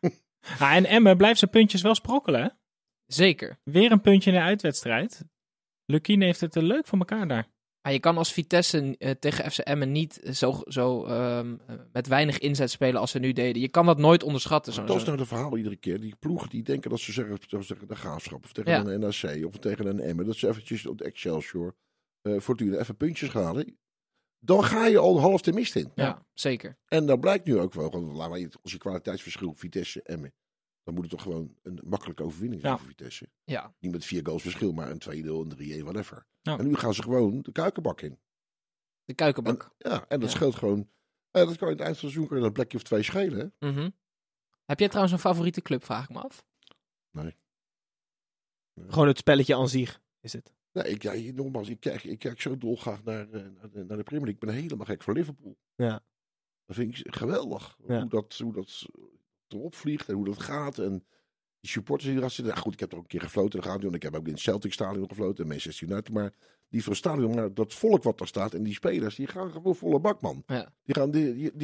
En Emmen blijft zijn puntjes wel sprokkelen, hè? Zeker. Weer een puntje in de uitwedstrijd. Lukien heeft het leuk voor elkaar daar. Maar je kan als Vitesse tegen FC Emmen niet zo met weinig inzet spelen als ze nu deden. Je kan dat nooit onderschatten. Dat is nou de verhaal iedere keer. Die ploegen die denken dat ze zeggen de Graafschap of tegen een NAC of tegen een Emmen. Dat ze eventjes op de Excelsior Fortuna even puntjes halen. Dan ga je al half de mist in. Ja, zeker. En dat blijkt nu ook wel. Want als je kwaliteitsverschil Vitesse Emmen. Dan moet het toch gewoon een makkelijke overwinning zijn voor Vitesse. Ja. Niet met 4 goals verschil, maar een 2-0, een 3-1, whatever. Ja. En nu gaan ze gewoon de kuikenbak in. De kuikenbak. En dat scheelt gewoon. Dat kan in het eind van het seizoen een plekje of 2 schelen. Hè? Mm-hmm. Heb jij trouwens een favoriete club, vraag ik me af? Nee. Gewoon het spelletje aan zich is het. Nee, nogmaals, ik kijk zo dolgraag naar de Premier League. Ik ben helemaal gek voor Liverpool. Ja. Dat vind ik geweldig. Ja. Hoe dat erop vliegt en hoe dat gaat. En die supporters die erachter zitten. Goed, ik heb er ook een keer gefloten. Dat gaat doen. Ik heb ook in het Celtic Stadion gefloten. En Manchester United. Maar die van het stadion, maar dat volk wat daar staat. En die spelers, die gaan gewoon volle bak, man. Ja. Die gaan,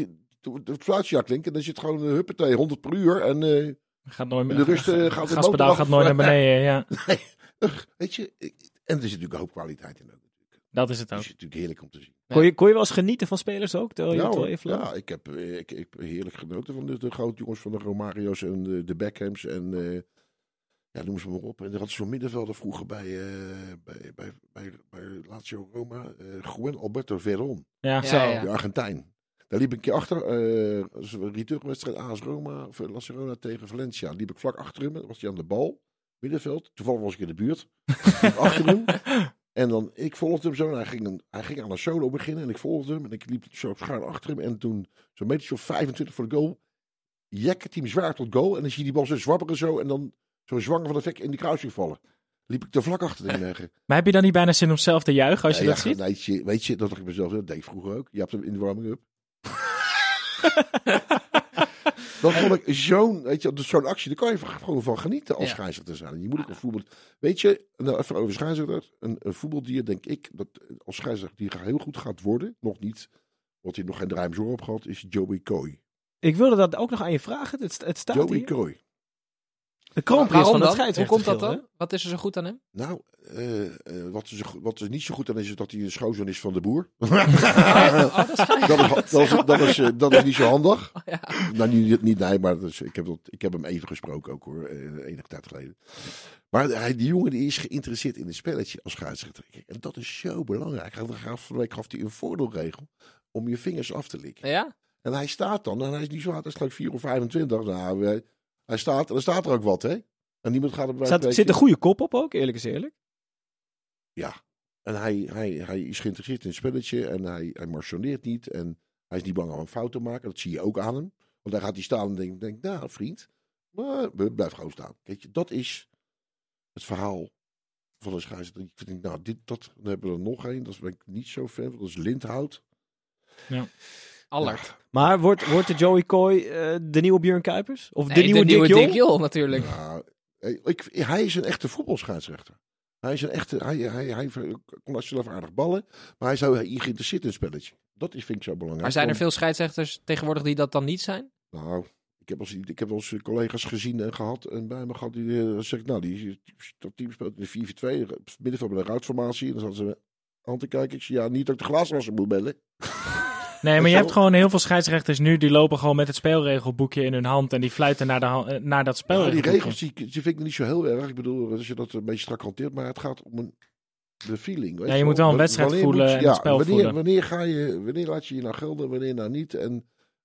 het fluitje klinken. En dan zit gewoon huppatee 100 per uur. En gaat nooit de rust gaat gaspedaal gaat nooit naar beneden, ja. Nee, weet je. En er zit natuurlijk een hoop kwaliteit in ook. Dat is het ook. Dat is natuurlijk heerlijk om te zien. Kon je wel eens genieten van spelers ook? Ja, ik heb heerlijk genoten van de grote jongens van de Romario's en de Beckhams en noem ze maar op. En er had zo'n middenvelder vroeger bij Lazio Roma, Juan Alberto Veron, Ja. de Argentijn. Daar liep ik een keer achter, een returnwedstrijd AS Roma, of Lazio Roma tegen Valencia. Liep ik vlak achter hem, was hij aan de bal, middenveld. Toevallig was ik in de buurt. Liep achter hem. En dan, ik volgde hem zo en hij ging aan een solo beginnen en ik volgde hem en ik liep zo schuin achter hem en toen zo'n metertje of 25 voor de goal, jekkert hij hem zwaar tot goal en dan zie je die bal zo zwabberen zo en dan zo zwanger van de vek in die kruising vallen. Liep ik er vlak achter hem. Maar heb je dan niet bijna zin om zelf te juichen als je dat ziet? Nee, weet je, dat dacht ik mezelf, dat deed ik vroeger ook. Je hebt hem in de warming-up. Dat vond ik zo'n actie, daar kan je gewoon van genieten als scheidsrechter te zijn. En je moet ook een voetbal. Weet je, nou even over scheidsrechter. Een voetbaldier, denk ik, dat als scheidsrechter die heel goed gaat worden, nog niet, wat hij nog geen druimzoor op gehad, is Joey Coy. Ik wilde dat ook nog aan je vragen. Het staat Joey hier. Coy. De kroonprins van het Hoe scheidsrechter. komt dat dan? Wat is er zo goed aan hem? Nou, wat er niet zo goed aan is dat hij een schoonzoon is van de boer. Dat is niet zo handig. Ja. Nou, niet nee, maar ik heb hem even gesproken ook hoor, enige tijd geleden. Maar die jongen die is geïnteresseerd in het spelletje als scheidsrechter. En dat is zo belangrijk. Van de week gaf hij een voordeelregel om je vingers af te likken. Ja? En hij staat dan, en hij is niet zo hard, hij is gelijk 4 of 25. Nou, hij staat, en dan staat er ook wat, hè? En niemand gaat op Zit een goede kop op ook, eerlijk is eerlijk? Ja. En hij is geïnteresseerd in het spelletje en hij marchoneert niet. En hij is niet bang om een fout te maken. Dat zie je ook aan hem. Want dan gaat hij staan en denkt, nou vriend, maar blijf gewoon staan. Kijk je, dat is het verhaal van de scheidsrechter. Ik vind, nou, dan hebben we er nog een. Dat ben ik niet zo fan van. Dat is Lindhout. Ja. Allard. Ja. Maar wordt de Joey Coy de nieuwe Björn Kuipers? Of Nee, de nieuwe Dick Jol natuurlijk. Nou, hij is een echte voetbalscheidsrechter. Hij is een echte, hij kon als zelf aardig ballen, maar hij zou hier geïnteresseerd in het spelletje. Dat vind ik zo belangrijk. Maar zijn er veel scheidsrechters tegenwoordig die dat dan niet zijn? Nou, ik heb wel eens collega's gezien en gehad en bij me gehad die zegt, nou, dat team speelt in de 4-4-2, middenveld met een ruitformatie. En dan zaten ze aan te kijken. Ik zei, ja, niet dat ik de glazenwasser moet bellen. Nee, maar je hebt gewoon heel veel scheidsrechters nu, die lopen gewoon met het spelregelboekje in hun hand en die fluiten naar dat spelregelboekje. Die regels, die vind ik niet zo heel erg. Ik bedoel, als je dat een beetje strak hanteert, maar het gaat om de feeling. Weet je moet wel een wedstrijd voelen en het spel voelen. Wanneer laat je je nou gelden, wanneer nou niet? En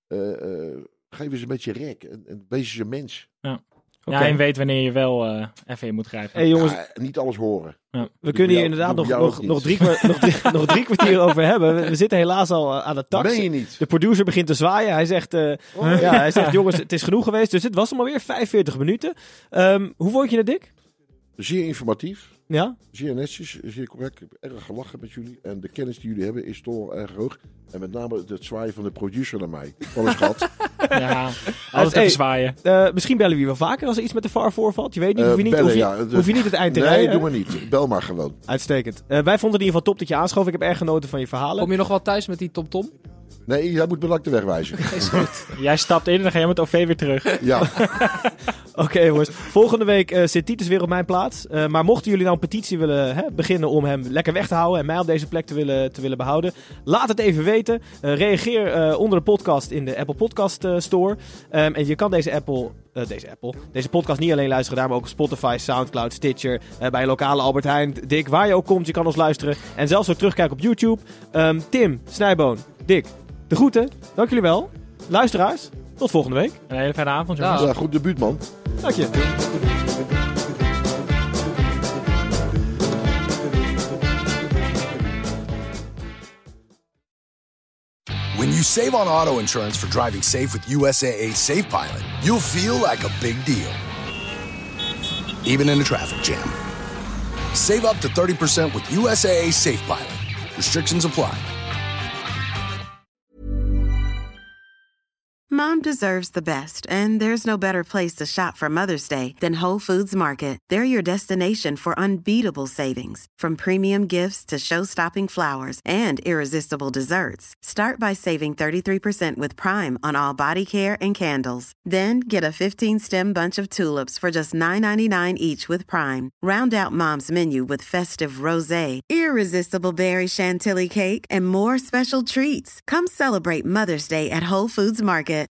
geef eens een beetje rek en wees eens een mens. Ja. Okay. Ja, en weet wanneer je wel even in moet grijpen. Hey, jongens, niet alles horen. Ja. We kunnen hier inderdaad nog drie kwartier over hebben. We zitten helaas al aan de tax. Meen je niet? De producer begint te zwaaien. Hij zegt, jongens, het is genoeg geweest. Dus het was hem alweer 45 minuten. Hoe vond je het, Dick? Zeer informatief. Ja? Zeer netjes, zeer correct. Ik heb erg gelachen met jullie. En de kennis die jullie hebben is toch wel erg hoog. En met name het zwaaien van de producer naar mij. Wat een schat. Ja, altijd even zwaaien. Misschien bellen we je wel vaker als er iets met de VAR voorvalt. Je weet niet, hoef je niet het eind te rijden. rijden. Nee, doe maar niet. Bel maar gewoon. Uitstekend. Wij vonden het in ieder geval top dat je aanschoof. Ik heb erg genoten van je verhalen. Kom je nog wel thuis met die TomTom? Nee, jij moet belangrijk de weg wijzen. Is goed. Jij stapt in en dan ga je met OV weer terug. Ja. Oké, jongens. Volgende week zit Titus weer op mijn plaats. Maar mochten jullie nou een petitie willen beginnen om hem lekker weg te houden en mij op deze plek te willen behouden, laat het even weten. Reageer onder de podcast in de Apple Podcast Store. En je kan deze podcast niet alleen luisteren daar, maar ook op Spotify, Soundcloud, Stitcher, bij je lokale Albert Heijn. Dick, waar je ook komt, je kan ons luisteren. En zelfs ook terugkijken op YouTube. Tim, Snijboon, Dick, de groeten. Dank jullie wel. Luisteraars, tot volgende week. Een hele fijne avond, jongens. Ja, goed debuut, man. Dank je. When you save on auto insurance for driving safe with USAA Safe Pilot, you'll feel like a big deal, even in a traffic jam. Save up to 30% with USAA Safe Pilot. Restrictions apply. Mom deserves the best, and there's no better place to shop for Mother's Day than Whole Foods Market. They're your destination for unbeatable savings, from premium gifts to show-stopping flowers and irresistible desserts. Start by saving 33% with Prime on all body care and candles. Then get a 15-stem bunch of tulips for just $9.99 each with Prime. Round out Mom's menu with festive rosé, irresistible berry chantilly cake, and more special treats. Come celebrate Mother's Day at Whole Foods Market.